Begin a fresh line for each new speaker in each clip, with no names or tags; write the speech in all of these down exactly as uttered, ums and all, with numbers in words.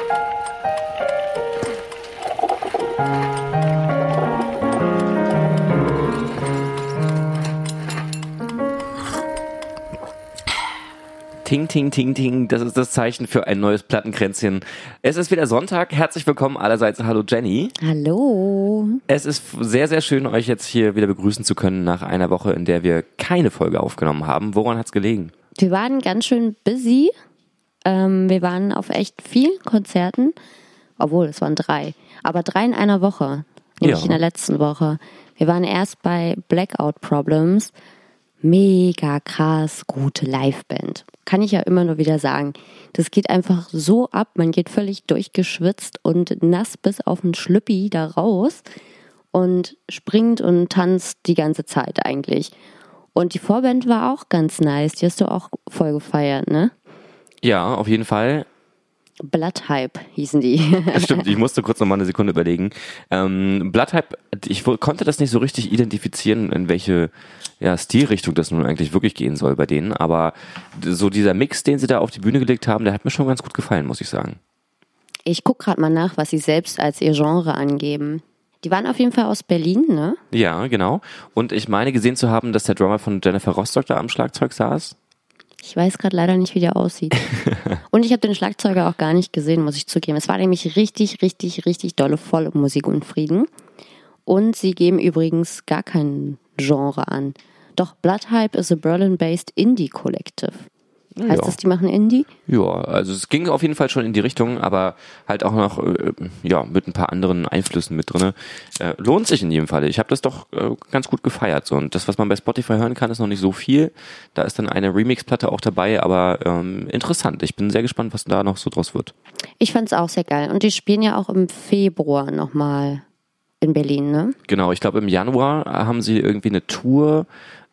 Ting, ting, ting, ting, das ist das Zeichen für ein neues Plattenkränzchen. Es ist wieder Sonntag, herzlich willkommen allerseits. Hallo Jenny.
Hallo.
Es ist sehr, sehr schön, euch jetzt hier wieder begrüßen zu können nach einer Woche, in der wir keine Folge aufgenommen haben. Woran hat's gelegen?
Wir waren ganz schön busy. Ähm, wir waren auf echt vielen Konzerten, obwohl es waren drei, aber drei in einer Woche, nämlich
Ja.
in der letzten Woche. Wir waren erst bei Blackout Problems, mega krass, gute Liveband. Kann ich ja immer nur wieder sagen. Das geht einfach so ab, man geht völlig durchgeschwitzt und nass bis auf den Schlüppi da raus und springt und tanzt die ganze Zeit eigentlich. Und die Vorband war auch ganz nice, die hast du auch voll gefeiert, ne?
Ja, auf jeden Fall.
Bloodhype hießen die.
Stimmt, ich musste kurz noch mal eine Sekunde überlegen. Ähm, Bloodhype, ich wo- konnte das nicht so richtig identifizieren, in welche ja, Stilrichtung das nun eigentlich wirklich gehen soll bei denen, aber so dieser Mix, den sie da auf die Bühne gelegt haben, der hat mir schon ganz gut gefallen, muss ich sagen.
Ich guck gerade mal nach, was sie selbst als ihr Genre angeben. Die waren auf jeden Fall aus Berlin, ne?
Ja, genau. Und ich meine gesehen zu haben, dass der Drummer von Jennifer Rostock da am Schlagzeug saß.
Ich weiß gerade leider nicht, wie der aussieht. Und ich habe den Schlagzeuger auch gar nicht gesehen, muss ich zugeben. Es war nämlich richtig, richtig, richtig dolle voll um Musik und Frieden. Und sie geben übrigens gar kein Genre an. Doch Bloodhype is a Berlin-based Indie Collective. Heißt
Ja.
das, die machen Indie?
Ja, also es ging auf jeden Fall schon in die Richtung, aber halt auch noch äh, ja mit ein paar anderen Einflüssen mit drinne. Äh, lohnt sich in jedem Fall. Ich habe das doch äh, ganz gut gefeiert. So. Und das, was man bei Spotify hören kann, ist noch nicht so viel. Da ist dann eine Remix-Platte auch dabei, aber ähm, interessant. Ich bin sehr gespannt, was da noch so draus wird.
Ich fand's auch sehr geil. Und die spielen ja auch im Februar nochmal in Berlin, ne?
Genau, ich glaube im Januar haben sie irgendwie eine Tour.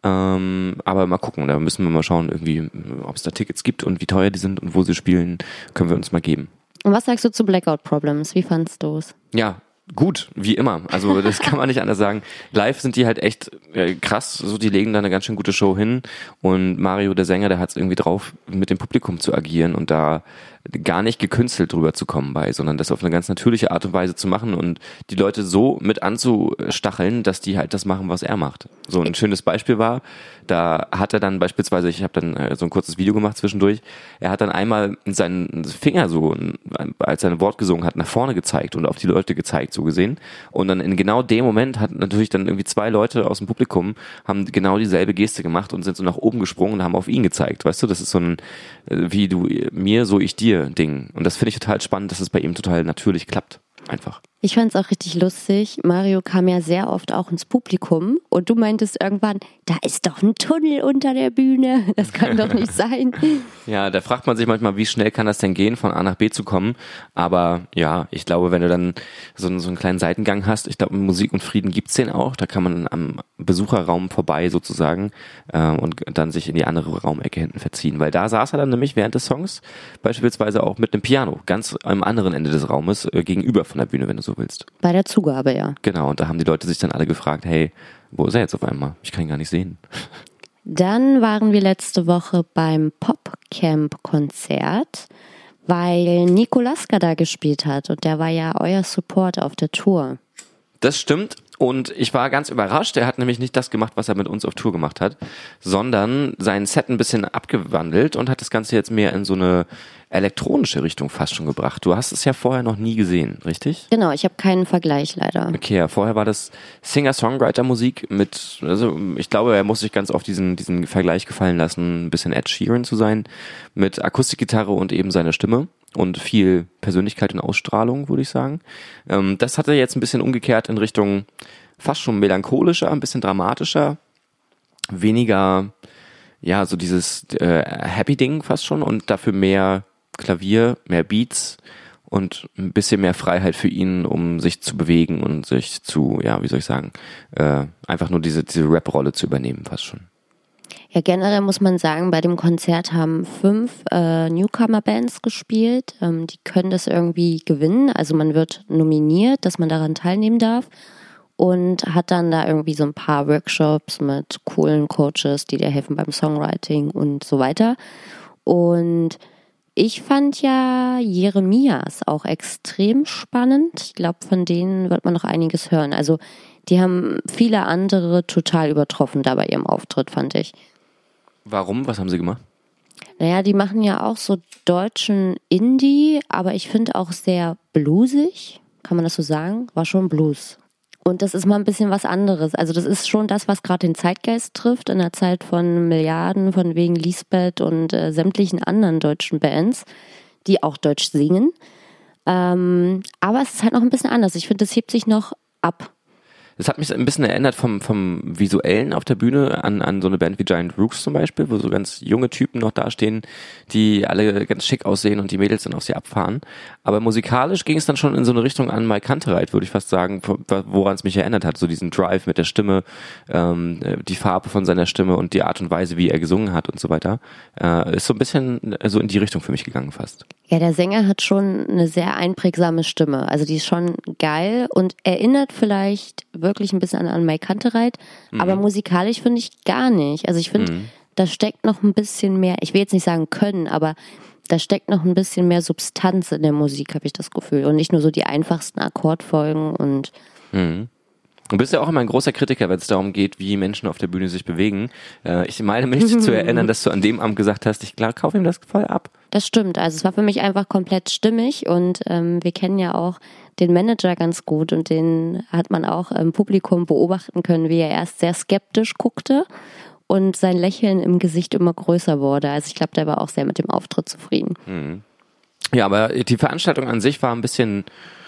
Ähm, aber mal gucken, da müssen wir mal schauen, irgendwie, ob es da Tickets gibt und wie teuer die sind und wo sie spielen, können wir uns mal geben.
Und was sagst du zu Blackout Problems? Wie fandst du es?
Ja, gut, wie immer. Also das kann man nicht anders sagen. Live sind die halt echt äh, krass, so die legen da eine ganz schön gute Show hin und Mario, der Sänger, der hat es irgendwie drauf, mit dem Publikum zu agieren und da gar nicht gekünstelt drüber zu kommen bei, sondern das auf eine ganz natürliche Art und Weise zu machen und die Leute so mit anzustacheln, dass die halt das machen, was er macht. So ein schönes Beispiel war, da hat er dann beispielsweise, ich habe dann äh, so ein kurzes Video gemacht zwischendurch, er hat dann einmal seinen Finger so, als er ein Wort gesungen hat, nach vorne gezeigt und auf die Leute gezeigt, so gesehen. Und dann in genau dem Moment hat natürlich dann irgendwie zwei Leute aus dem Publikum, haben genau dieselbe Geste gemacht und sind so nach oben gesprungen und haben auf ihn gezeigt. Weißt du, das ist so ein, äh, wie du mir, so ich dir Ding. Und das finde ich total spannend, dass es bei ihm total natürlich klappt. Einfach.
Ich fand es auch richtig lustig. Mario kam ja sehr oft auch ins Publikum und du meintest irgendwann, da ist doch ein Tunnel unter der Bühne. Das kann doch nicht sein.
Ja, da fragt man sich manchmal, wie schnell kann das denn gehen, von A nach B zu kommen. Aber ja, ich glaube, wenn du dann so, einen- so einen kleinen Seitengang hast, ich glaube, Musik und Frieden gibt's den auch. Da kann man am Besucherraum vorbei sozusagen äh, und dann sich in die andere Raumecke hinten verziehen. Weil da saß er dann nämlich während des Songs beispielsweise auch mit einem Piano, ganz am anderen Ende des Raumes, äh, gegenüber von der Bühne, wenn du so willst.
Bei der Zugabe, ja.
Genau, und da haben die Leute sich dann alle gefragt, hey, wo ist er jetzt auf einmal? Ich kann ihn gar nicht sehen.
Dann waren wir letzte Woche beim Popcamp-Konzert, weil Nico Lasker da gespielt hat und der war ja euer Support auf der Tour.
Das stimmt und ich war ganz überrascht. Er hat nämlich nicht das gemacht, was er mit uns auf Tour gemacht hat, sondern sein Set ein bisschen abgewandelt und hat das Ganze jetzt mehr in so eine elektronische Richtung fast schon gebracht. Du hast es ja vorher noch nie gesehen, richtig?
Genau, ich habe keinen Vergleich leider.
Okay, ja, vorher war das Singer-Songwriter-Musik mit, also ich glaube, er muss sich ganz oft diesen, diesen Vergleich gefallen lassen, ein bisschen Ed Sheeran zu sein, mit Akustikgitarre und eben seiner Stimme und viel Persönlichkeit und Ausstrahlung, würde ich sagen. Ähm, das hat er jetzt ein bisschen umgekehrt in Richtung fast schon melancholischer, ein bisschen dramatischer, weniger, ja, so dieses äh, Happy-Ding fast schon und dafür mehr Klavier, mehr Beats und ein bisschen mehr Freiheit für ihn, um sich zu bewegen und sich zu, ja, wie soll ich sagen, äh, einfach nur diese, diese Rap-Rolle zu übernehmen fast schon.
Ja, generell muss man sagen, bei dem Konzert haben fünf äh, Newcomer-Bands gespielt. Ähm, die können das irgendwie gewinnen. Also man wird nominiert, dass man daran teilnehmen darf. Und hat dann da irgendwie so ein paar Workshops mit coolen Coaches, die dir helfen beim Songwriting und so weiter. Und ich fand ja Jeremias auch extrem spannend. Ich glaube, von denen wird man noch einiges hören. Also die haben viele andere total übertroffen da bei ihrem Auftritt, fand ich.
Warum? Was haben sie gemacht?
Naja, die machen ja auch so deutschen Indie, aber ich finde auch sehr bluesig, kann man das so sagen? War schon Blues. Und das ist mal ein bisschen was anderes. Also das ist schon das, was gerade den Zeitgeist trifft, in der Zeit von Milliarden, von wegen Lisbeth und äh, sämtlichen anderen deutschen Bands, die auch Deutsch singen. Ähm, aber es ist halt noch ein bisschen anders. Ich finde, es hebt sich noch ab.
Das hat mich ein bisschen erinnert vom, vom Visuellen auf der Bühne an, an so eine Band wie Giant Rooks zum Beispiel, wo so ganz junge Typen noch dastehen, die alle ganz schick aussehen und die Mädels dann auf sie abfahren. Aber musikalisch ging es dann schon in so eine Richtung an Mike Kantereit, würde ich fast sagen, woran es mich erinnert hat. So diesen Drive mit der Stimme, ähm, die Farbe von seiner Stimme und die Art und Weise, wie er gesungen hat und so weiter. Äh, ist so ein bisschen so in die Richtung für mich gegangen fast.
Ja, der Sänger hat schon eine sehr einprägsame Stimme. Also die ist schon geil und erinnert vielleicht wirklich ein bisschen an, an Mike Kantereit, mhm. aber musikalisch finde ich gar nicht. Also ich finde, mhm. da steckt noch ein bisschen mehr, ich will jetzt nicht sagen können, aber da steckt noch ein bisschen mehr Substanz in der Musik, habe ich das Gefühl. Und nicht nur so die einfachsten Akkordfolgen und
mhm. Du bist ja auch immer ein großer Kritiker, wenn es darum geht, wie Menschen auf der Bühne sich bewegen. Äh, ich meine mich zu erinnern, dass du an dem Abend gesagt hast, ich klar, kauf ihm das voll ab.
Das stimmt. Also es war für mich einfach komplett stimmig und ähm, wir kennen ja auch den Manager ganz gut und den hat man auch im Publikum beobachten können, wie er erst sehr skeptisch guckte und sein Lächeln im Gesicht immer größer wurde. Also ich glaube, der war auch sehr mit dem Auftritt zufrieden.
Mhm. Ja, aber die Veranstaltung an sich war ein bisschen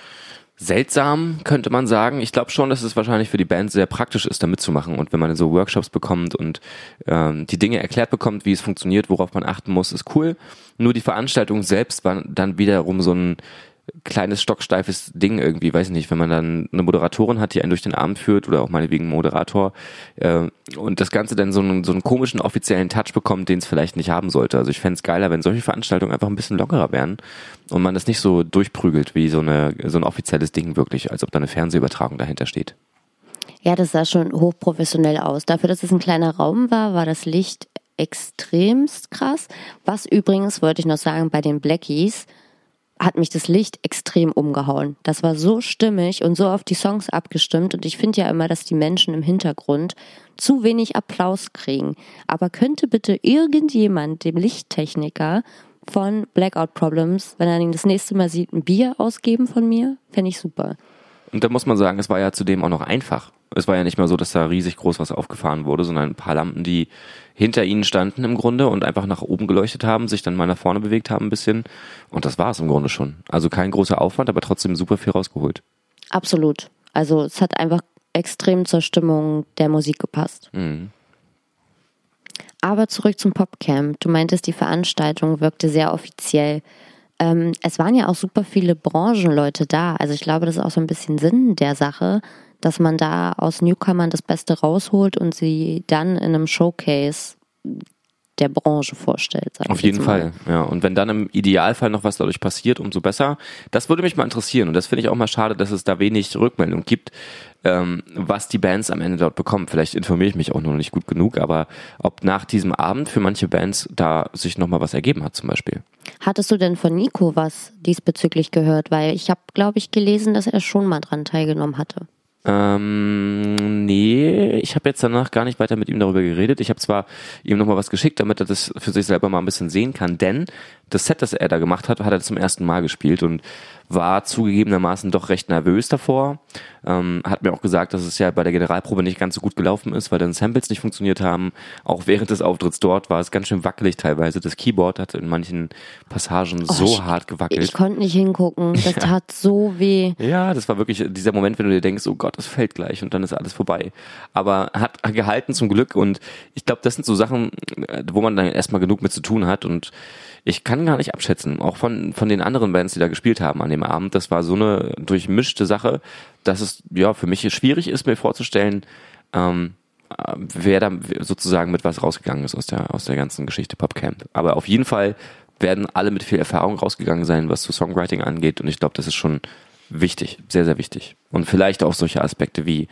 seltsam, könnte man sagen. Ich glaube schon, dass es wahrscheinlich für die Band sehr praktisch ist, da mitzumachen. Und wenn man so Workshops bekommt und ähm, die Dinge erklärt bekommt, wie es funktioniert, worauf man achten muss, ist cool. Nur die Veranstaltung selbst war dann wiederum so ein kleines, stocksteifes Ding irgendwie, weiß ich nicht, wenn man dann eine Moderatorin hat, die einen durch den Abend führt oder auch meinetwegen einen Moderator äh, und das Ganze dann so einen, so einen komischen offiziellen Touch bekommt, den es vielleicht nicht haben sollte. Also ich fände es geiler, wenn solche Veranstaltungen einfach ein bisschen lockerer wären und man das nicht so durchprügelt wie so eine so ein offizielles Ding wirklich, als ob da eine Fernsehübertragung dahinter steht.
Ja, das sah schon hochprofessionell aus. Dafür, dass es ein kleiner Raum war, war das Licht extremst krass. Was übrigens, wollte ich noch sagen, bei den Blackies hat mich das Licht extrem umgehauen. Das war so stimmig und so auf die Songs abgestimmt und ich finde ja immer, dass die Menschen im Hintergrund zu wenig Applaus kriegen. Aber könnte bitte irgendjemand dem Lichttechniker von Blackout Problems, wenn er ihn das nächste Mal sieht, ein Bier ausgeben von mir? Fände ich super.
Und da muss man sagen, es war ja zudem auch noch einfach. Es war ja nicht mal so, dass da riesig groß was aufgefahren wurde, sondern ein paar Lampen, die hinter ihnen standen im Grunde und einfach nach oben geleuchtet haben, sich dann mal nach vorne bewegt haben ein bisschen. Und das war es im Grunde schon. Also kein großer Aufwand, aber trotzdem super viel rausgeholt.
Absolut. Also es hat einfach extrem zur Stimmung der Musik gepasst.
Mhm.
Aber zurück zum Popcamp. Du meintest, die Veranstaltung wirkte sehr offiziell. Ähm, es waren ja auch super viele Branchenleute da. Also ich glaube, das ist auch so ein bisschen Sinn der Sache, dass man da aus Newcomern das Beste rausholt und sie dann in einem Showcase der Branche vorstellt.
Auf jeden Fall, ja. Und wenn dann im Idealfall noch was dadurch passiert, umso besser. Das würde mich mal interessieren. Und das finde ich auch mal schade, dass es da wenig Rückmeldung gibt, ähm, was die Bands am Ende dort bekommen. Vielleicht informiere ich mich auch noch nicht gut genug, aber ob nach diesem Abend für manche Bands da sich nochmal was ergeben hat zum Beispiel.
Hattest du denn von Nico was diesbezüglich gehört? Weil ich habe, glaube ich, gelesen, dass er schon mal dran teilgenommen hatte.
Ähm, nee, ich habe jetzt danach gar nicht weiter mit ihm darüber geredet. Ich habe zwar ihm nochmal was geschickt, damit er das für sich selber mal ein bisschen sehen kann, denn das Set, das er da gemacht hat, hat er zum ersten Mal gespielt und war zugegebenermaßen doch recht nervös davor. Ähm, hat mir auch gesagt, dass es ja bei der Generalprobe nicht ganz so gut gelaufen ist, weil dann Samples nicht funktioniert haben. Auch während des Auftritts dort war es ganz schön wackelig teilweise. Das Keyboard hat in manchen Passagen oh, so
ich,
hart gewackelt.
Ich konnte nicht hingucken. Das ja. tat so weh.
Ja, das war wirklich dieser Moment, wenn du dir denkst, oh Gott, das fällt gleich und dann ist alles vorbei. Aber hat gehalten zum Glück und ich glaube, das sind so Sachen, wo man dann erstmal genug mit zu tun hat und ich kann gar nicht abschätzen, auch von von den anderen Bands, die da gespielt haben an dem Abend. Das war so eine durchmischte Sache, dass es ja für mich schwierig ist, mir vorzustellen, ähm, wer da sozusagen mit was rausgegangen ist aus der aus der ganzen Geschichte Popcamp. Aber auf jeden Fall werden alle mit viel Erfahrung rausgegangen sein, was so Songwriting angeht. Und ich glaube, das ist schon wichtig, sehr, sehr wichtig. Und vielleicht auch solche Aspekte wie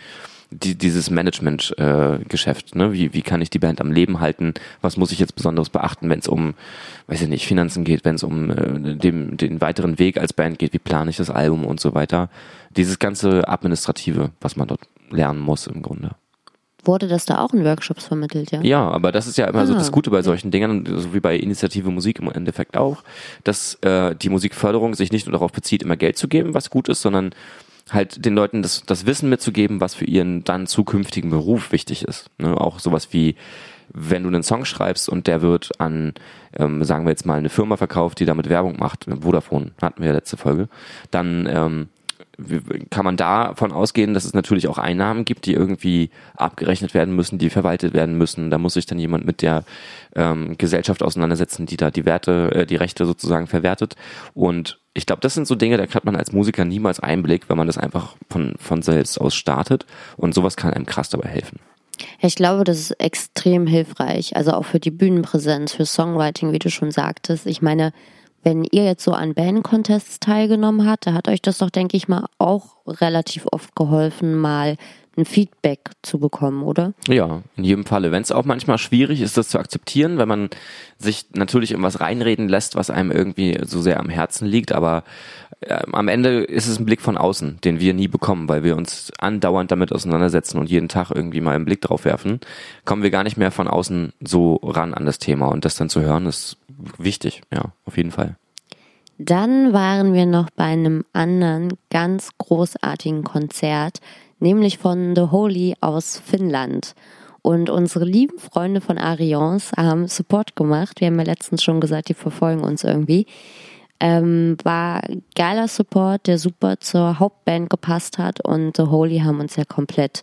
die, dieses Management-Geschäft. Äh, ne? Wie, wie kann ich die Band am Leben halten? Was muss ich jetzt Besonderes beachten, wenn es um, weiß ich nicht, Finanzen geht, wenn es um äh, dem, den weiteren Weg als Band geht, wie plane ich das Album und so weiter. Dieses ganze Administrative, was man dort lernen muss im Grunde.
Wurde das da auch in Workshops vermittelt, ja?
Ja, aber das ist ja immer ah, so das Gute bei
okay.
solchen Dingen, so wie bei Initiative Musik im Endeffekt auch, dass äh, die Musikförderung sich nicht nur darauf bezieht, immer Geld zu geben, was gut ist, sondern halt den Leuten das, das Wissen mitzugeben, was für ihren dann zukünftigen Beruf wichtig ist. Ne? Auch sowas wie, wenn du einen Song schreibst und der wird an, ähm, sagen wir jetzt mal, eine Firma verkauft, die damit Werbung macht, Vodafone, hatten wir ja letzte Folge, dann ähm, kann man davon ausgehen, dass es natürlich auch Einnahmen gibt, die irgendwie abgerechnet werden müssen, die verwaltet werden müssen. Da muss sich dann jemand mit der ähm, Gesellschaft auseinandersetzen, die da die Werte, äh, die Rechte sozusagen verwertet. Und ich glaube, das sind so Dinge, da hat man als Musiker niemals Einblick, wenn man das einfach von, von selbst aus startet. Und sowas kann einem krass dabei helfen.
Ich glaube, das ist extrem hilfreich. Also auch für die Bühnenpräsenz, für Songwriting, wie du schon sagtest. Ich meine, wenn ihr jetzt so an Band-Contests teilgenommen habt, da hat euch das doch, denke ich mal, auch relativ oft geholfen, mal ein Feedback zu bekommen, oder?
Ja, in jedem Falle. Wenn es auch manchmal schwierig ist, das zu akzeptieren, wenn man sich natürlich in was reinreden lässt, was einem irgendwie so sehr am Herzen liegt, aber äh, am Ende ist es ein Blick von außen, den wir nie bekommen, weil wir uns andauernd damit auseinandersetzen und jeden Tag irgendwie mal einen Blick drauf werfen, kommen wir gar nicht mehr von außen so ran an das Thema und das dann zu hören ist wichtig, ja, auf jeden Fall.
Dann waren wir noch bei einem anderen ganz großartigen Konzert, nämlich von The Holy aus Finnland. Und unsere lieben Freunde von Arians haben Support gemacht. Wir haben ja letztens schon gesagt, die verfolgen uns irgendwie. Ähm, war geiler Support, der super zur Hauptband gepasst hat und The Holy haben uns ja komplett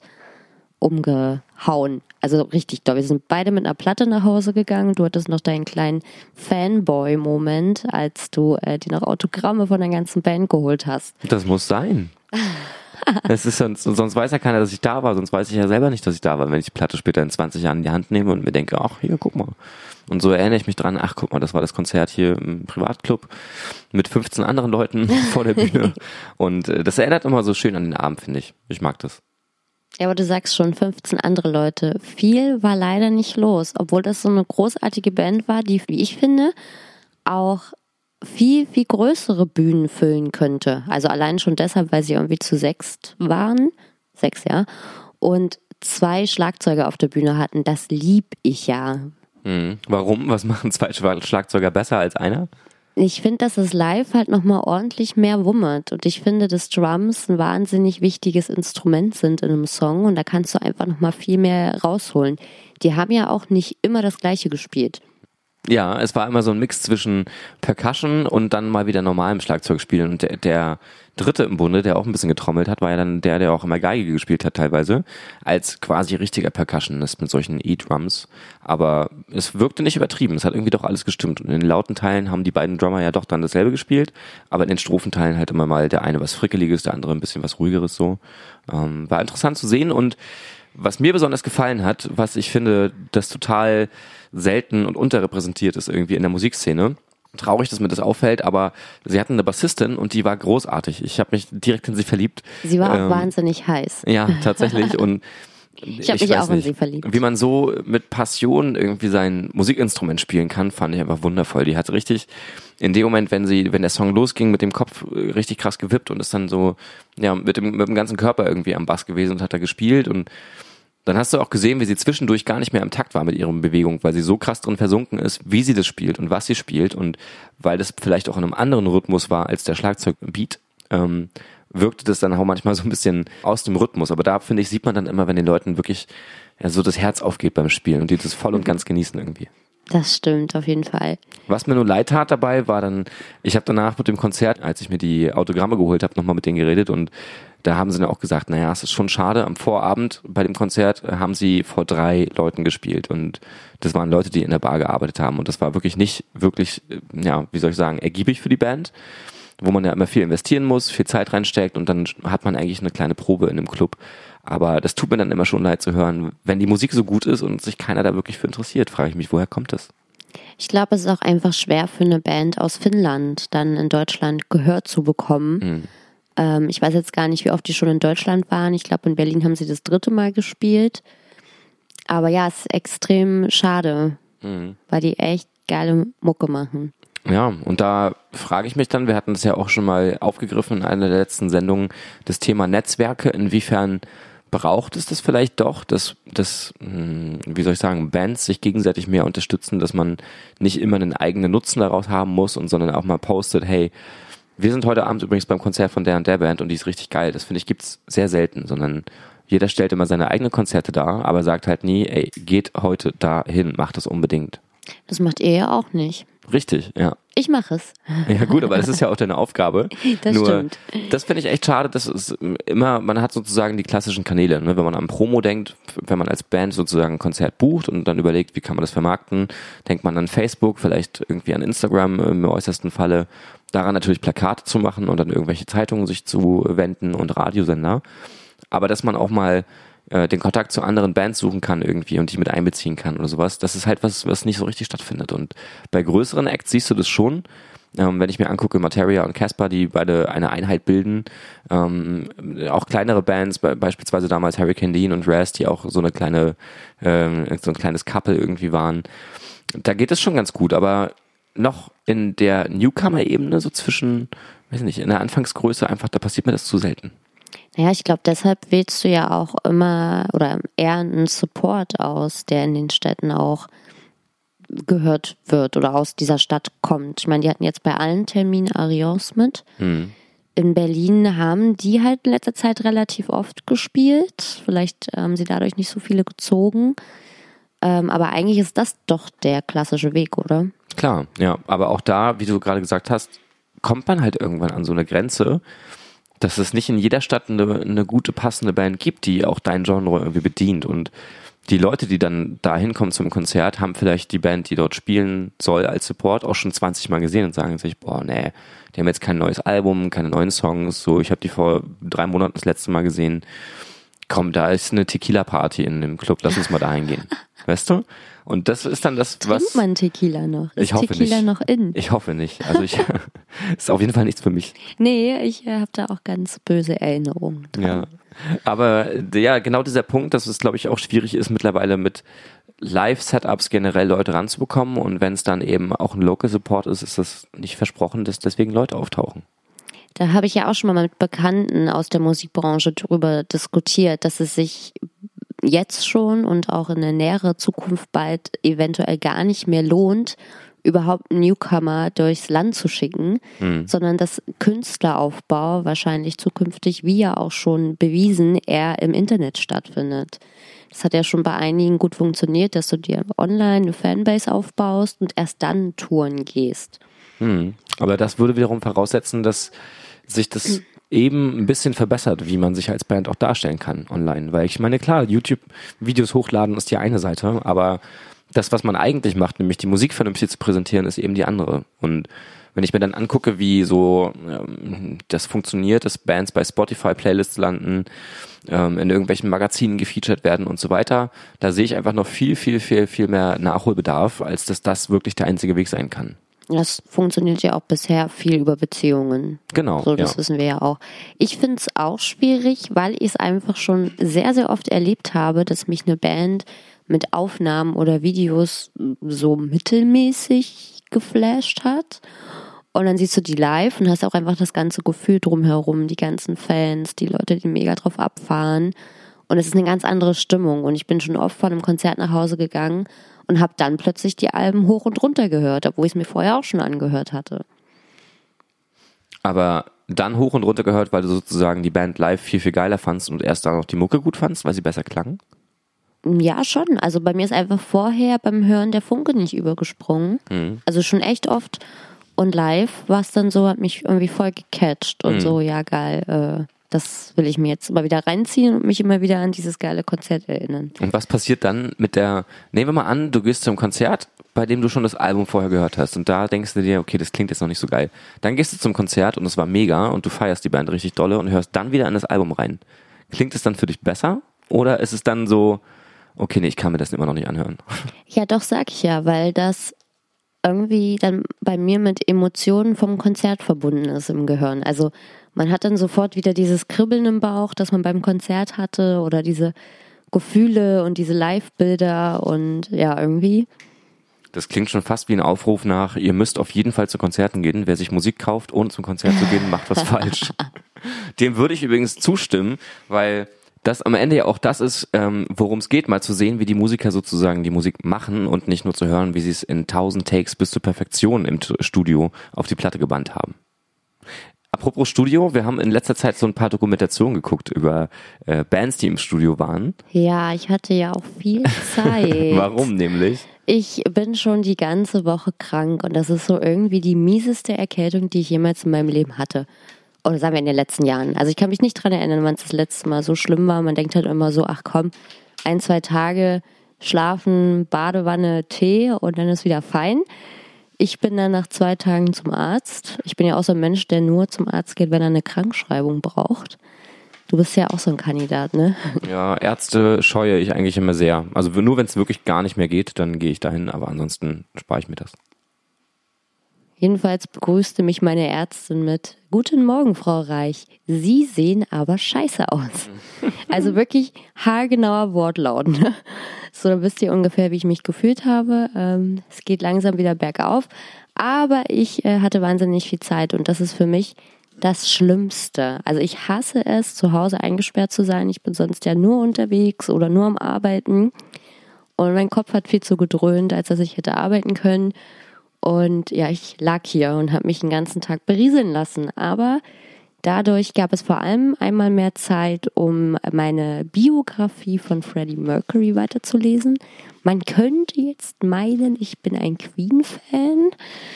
umgehauen. Also richtig doll. Wir sind beide mit einer Platte nach Hause gegangen. Du hattest noch deinen kleinen Fanboy-Moment, als du äh, dir noch Autogramme von der ganzen Band geholt hast.
Das muss sein. Es ist sonst, sonst weiß ja keiner, dass ich da war. Sonst weiß ich ja selber nicht, dass ich da war, wenn ich die Platte später in zwanzig Jahren in die Hand nehme und mir denke, ach, hier, guck mal. Und so erinnere ich mich dran, ach, guck mal, das war das Konzert hier im Privatclub mit fünfzehn anderen Leuten vor der Bühne. Und äh, das erinnert immer so schön an den Abend, finde ich. Ich mag das.
Ja, aber du sagst schon fünfzehn andere Leute. Viel war leider nicht los, obwohl das so eine großartige Band war, die, wie ich finde, auch viel, viel größere Bühnen füllen könnte. Also allein schon deshalb, weil sie irgendwie zu sechst waren. Sechs, ja. Und zwei Schlagzeuger auf der Bühne hatten. Das lieb ich ja.
Hm. Warum? Was machen zwei Schlagzeuger besser als einer?
Ich finde, dass es live halt nochmal ordentlich mehr wummert. Und ich finde, dass Drums ein wahnsinnig wichtiges Instrument sind in einem Song. Und da kannst du einfach nochmal viel mehr rausholen. Die haben ja auch nicht immer das Gleiche gespielt.
Ja, es war immer so ein Mix zwischen Percussion und dann mal wieder normalem Schlagzeugspielen. Und der, der Dritte im Bunde, der auch ein bisschen getrommelt hat, war ja dann der, der auch immer Geige gespielt hat teilweise, als quasi richtiger Percussionist mit solchen E-Drums. Aber es wirkte nicht übertrieben, es hat irgendwie doch alles gestimmt. Und in den lauten Teilen haben die beiden Drummer ja doch dann dasselbe gespielt, aber in den Strophenteilen halt immer mal der eine was Frickeliges, der andere ein bisschen was Ruhigeres so. Ähm, war interessant zu sehen und was mir besonders gefallen hat, was ich finde, das total selten und unterrepräsentiert ist irgendwie in der Musikszene. Traurig, dass mir das auffällt, aber sie hatten eine Bassistin und die war großartig. Ich habe mich direkt in sie verliebt.
Sie war
ähm,
auch wahnsinnig heiß.
Ja, tatsächlich. Und
ich habe mich auch in
nicht,
sie verliebt.
Wie man so mit Passion irgendwie sein Musikinstrument spielen kann, fand ich einfach wundervoll. Die hat richtig in dem Moment, wenn sie, wenn der Song losging, mit dem Kopf richtig krass gewippt und ist dann so, ja, mit dem, mit dem ganzen Körper irgendwie am Bass gewesen und hat da gespielt und dann hast du auch gesehen, wie sie zwischendurch gar nicht mehr im Takt war mit ihrer Bewegung, weil sie so krass drin versunken ist, wie sie das spielt und was sie spielt und weil das vielleicht auch in einem anderen Rhythmus war als der Schlagzeugbeat, ähm, wirkte das dann auch manchmal so ein bisschen aus dem Rhythmus. Aber da, finde ich, sieht man dann immer, wenn den Leuten wirklich ja, so das Herz aufgeht beim Spielen und die das voll und ganz genießen irgendwie.
Das stimmt, auf jeden Fall.
Was mir nur leid tat dabei, war dann, ich habe danach mit dem Konzert, als ich mir die Autogramme geholt habe, nochmal mit denen geredet und da haben sie dann auch gesagt, naja, es ist schon schade, am Vorabend bei dem Konzert haben sie vor drei Leuten gespielt und das waren Leute, die in der Bar gearbeitet haben und das war wirklich nicht wirklich, ja, wie soll ich sagen, ergiebig für die Band, wo man ja immer viel investieren muss, viel Zeit reinsteckt und dann hat man eigentlich eine kleine Probe in einem Club. Aber das tut mir dann immer schon leid zu hören, wenn die Musik so gut ist und sich keiner da wirklich für interessiert, frage ich mich, woher kommt das?
Ich glaube, es ist auch einfach schwer für eine Band aus Finnland dann in Deutschland Gehör zu bekommen. Mhm. Ähm, ich weiß jetzt gar nicht, wie oft die schon in Deutschland waren. Ich glaube, in Berlin haben sie das dritte Mal gespielt. Aber ja, es ist extrem schade, mhm. weil die echt geile Mucke machen.
Ja, und da frage ich mich dann, wir hatten das ja auch schon mal aufgegriffen in einer der letzten Sendungen, das Thema Netzwerke, inwiefern braucht es das vielleicht doch, dass, dass, wie soll ich sagen, Bands sich gegenseitig mehr unterstützen, dass man nicht immer einen eigenen Nutzen daraus haben muss und sondern auch mal postet, hey, wir sind heute Abend übrigens beim Konzert von der und der Band und die ist richtig geil. Das finde ich gibt's sehr selten, sondern jeder stellt immer seine eigenen Konzerte dar, aber sagt halt nie, ey, geht heute dahin, macht das unbedingt.
Das macht ihr ja auch nicht.
Richtig, ja.
Ich mache es.
Ja gut, aber das ist ja auch deine Aufgabe.
Das
Nur,
stimmt.
Das finde ich echt schade, dass es immer, man hat sozusagen die klassischen Kanäle, ne? Wenn man an Promo denkt, wenn man als Band sozusagen ein Konzert bucht und dann überlegt, wie kann man das vermarkten, denkt man an Facebook, vielleicht irgendwie an Instagram im äußersten Falle, daran natürlich Plakate zu machen und dann irgendwelche Zeitungen sich zu wenden und Radiosender. Aber dass man auch mal äh, den Kontakt zu anderen Bands suchen kann irgendwie und die mit einbeziehen kann oder sowas, das ist halt was, was nicht so richtig stattfindet. Und bei größeren Acts siehst du das schon. Ähm, wenn ich mir angucke, Materia und Casper, die beide eine Einheit bilden, ähm, auch kleinere Bands, be- beispielsweise damals Hurricane Dean und Raz, die auch so eine kleine, ähm, so ein kleines Couple irgendwie waren. Da geht es schon ganz gut, aber noch in der Newcomer-Ebene, so zwischen, weiß nicht, in der Anfangsgröße einfach, da passiert mir das zu selten.
Naja, ich glaube, deshalb wählst du ja auch immer oder eher einen Support aus, der in den Städten auch gehört wird oder aus dieser Stadt kommt. Ich meine, die hatten jetzt bei allen Terminen Arios mit. Hm. In Berlin haben die halt in letzter Zeit relativ oft gespielt. Vielleicht haben sie dadurch nicht so viele gezogen. Ähm, aber eigentlich ist das doch der klassische Weg, oder?
Klar, ja. Aber auch da, wie du gerade gesagt hast, kommt man halt irgendwann an so eine Grenze, dass es nicht in jeder Stadt eine, eine gute, passende Band gibt, die auch dein Genre irgendwie bedient. Und die Leute, die dann da hinkommen zum Konzert, haben vielleicht die Band, die dort spielen soll, als Support auch schon zwanzig Mal gesehen und sagen sich, boah, nee, die haben jetzt kein neues Album, keine neuen Songs, so, ich habe die vor drei Monaten das letzte Mal gesehen. Komm, da ist eine Tequila-Party in dem Club, lass uns mal dahin gehen. Weißt du? Und das ist dann das, was...
Trinkt man Tequila noch? Ist
ich hoffe
Tequila
nicht.
noch in?
Ich hoffe nicht. Also ich... ist auf jeden Fall nichts für mich.
Nee, ich äh, habe da auch ganz böse Erinnerungen dran.
Ja. Aber ja, genau dieser Punkt, dass es, glaube ich, auch schwierig ist, mittlerweile mit Live-Setups generell Leute ranzubekommen. Und wenn es dann eben auch ein Local Support ist, ist das nicht versprochen, dass deswegen Leute auftauchen.
Da habe ich ja auch schon mal mit Bekannten aus der Musikbranche darüber diskutiert, dass es sich jetzt schon und auch in der näheren Zukunft bald eventuell gar nicht mehr lohnt, überhaupt einen Newcomer durchs Land zu schicken, mhm. sondern dass Künstleraufbau wahrscheinlich zukünftig, wie ja auch schon bewiesen, eher im Internet stattfindet. Das hat ja schon bei einigen gut funktioniert, dass du dir online eine Fanbase aufbaust und erst dann touren gehst.
Mhm. Aber das würde wiederum voraussetzen, dass sich das eben ein bisschen verbessert, wie man sich als Band auch darstellen kann online. Weil ich meine, klar, YouTube-Videos hochladen ist die eine Seite, aber das, was man eigentlich macht, nämlich die Musik vernünftig zu präsentieren, ist eben die andere. Und wenn ich mir dann angucke, wie so ähm, das funktioniert, dass Bands bei Spotify-Playlists landen, ähm, in irgendwelchen Magazinen gefeatured werden und so weiter, da sehe ich einfach noch viel, viel, viel, viel mehr Nachholbedarf, als dass das wirklich der einzige Weg sein kann.
Das funktioniert ja auch bisher viel über Beziehungen.
Genau.
So, das
ja.
wissen wir ja auch. Ich finde es auch schwierig, weil ich es einfach schon sehr, sehr oft erlebt habe, dass mich eine Band mit Aufnahmen oder Videos so mittelmäßig geflasht hat. Und dann siehst du die live und hast auch einfach das ganze Gefühl drumherum, die ganzen Fans, die Leute, die mega drauf abfahren. Und es ist eine ganz andere Stimmung. Und ich bin schon oft von einem Konzert nach Hause gegangen und habe dann plötzlich die Alben hoch und runter gehört, obwohl ich es mir vorher auch schon angehört hatte.
Aber dann hoch und runter gehört, weil du sozusagen die Band live viel, viel geiler fandst und erst dann noch die Mucke gut fandst, weil sie besser klang?
Ja, schon. Also bei mir ist einfach vorher beim Hören der Funke nicht übergesprungen. Mhm. Also schon echt oft. Und live war es dann so, hat mich irgendwie voll gecatcht und mhm. so, ja geil, äh, das will ich mir jetzt immer wieder reinziehen und mich immer wieder an dieses geile Konzert erinnern.
Und was passiert dann mit der, nehmen wir mal an, du gehst zum Konzert, bei dem du schon das Album vorher gehört hast und da denkst du dir, okay, das klingt jetzt noch nicht so geil. Dann gehst du zum Konzert und es war mega und du feierst die Band richtig dolle und hörst dann wieder an das Album rein. Klingt es dann für dich besser oder ist es dann so, okay, nee, ich kann mir das immer noch nicht anhören?
Ja, doch, sag ich ja, weil das irgendwie dann bei mir mit Emotionen vom Konzert verbunden ist im Gehirn. Also man hat dann sofort wieder dieses Kribbeln im Bauch, das man beim Konzert hatte oder diese Gefühle und diese Live-Bilder und ja, irgendwie.
Das klingt schon fast wie ein Aufruf nach, ihr müsst auf jeden Fall zu Konzerten gehen. Wer sich Musik kauft, ohne zum Konzert zu gehen, macht was falsch. Dem würde ich übrigens zustimmen, weil das am Ende ja auch das ist, ähm, worum es geht, mal zu sehen, wie die Musiker sozusagen die Musik machen und nicht nur zu hören, wie sie es in tausend Takes bis zur Perfektion im T- Studio auf die Platte gebannt haben. Apropos Studio, wir haben in letzter Zeit so ein paar Dokumentationen geguckt über äh, Bands, die im Studio waren.
Ja, ich hatte ja auch viel Zeit.
Warum nämlich?
Ich bin schon die ganze Woche krank und das ist so irgendwie die mieseste Erkältung, die ich jemals in meinem Leben hatte. Oder sagen wir in den letzten Jahren. Also ich kann mich nicht dran erinnern, wann es das letzte Mal so schlimm war. Man denkt halt immer so, ach komm, ein, zwei Tage schlafen, Badewanne, Tee und dann ist wieder fein. Ich bin dann nach zwei Tagen zum Arzt. Ich bin ja auch so ein Mensch, der nur zum Arzt geht, wenn er eine Krankschreibung braucht. Du bist ja auch so ein Kandidat, ne?
Ja, Ärzte scheue ich eigentlich immer sehr. Also nur wenn es wirklich gar nicht mehr geht, dann gehe ich dahin, aber ansonsten spare ich mir das.
Jedenfalls begrüßte mich meine Ärztin mit: Guten Morgen, Frau Reich. Sie sehen aber scheiße aus. Also wirklich haargenauer Wortlaut. Ne? So, dann wisst ihr ungefähr, wie ich mich gefühlt habe. Ähm, es geht langsam wieder bergauf. Aber ich äh, hatte wahnsinnig viel Zeit und das ist für mich das Schlimmste. Also ich hasse es, zu Hause eingesperrt zu sein. Ich bin sonst ja nur unterwegs oder nur am Arbeiten. Und mein Kopf hat viel zu gedröhnt, als dass ich hätte arbeiten können. Und ja, ich lag hier und habe mich den ganzen Tag berieseln lassen. Aber dadurch gab es vor allem einmal mehr Zeit, um meine Biografie von Freddie Mercury weiterzulesen. Man könnte jetzt meinen, ich bin ein Queen-Fan.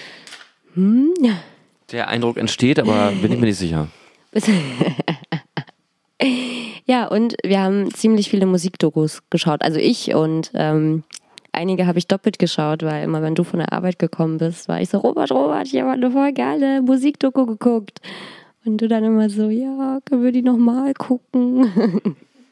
Hm.
Der Eindruck entsteht, aber bin ich mir nicht sicher.
Ja, und wir haben ziemlich viele Musikdokus geschaut. Also ich und ähm, einige habe ich doppelt geschaut, weil immer, wenn du von der Arbeit gekommen bist, war ich so, Robert, Robert, ich habe eine voll geile Musikdoku geguckt. Und du dann immer so, ja, können wir die nochmal gucken?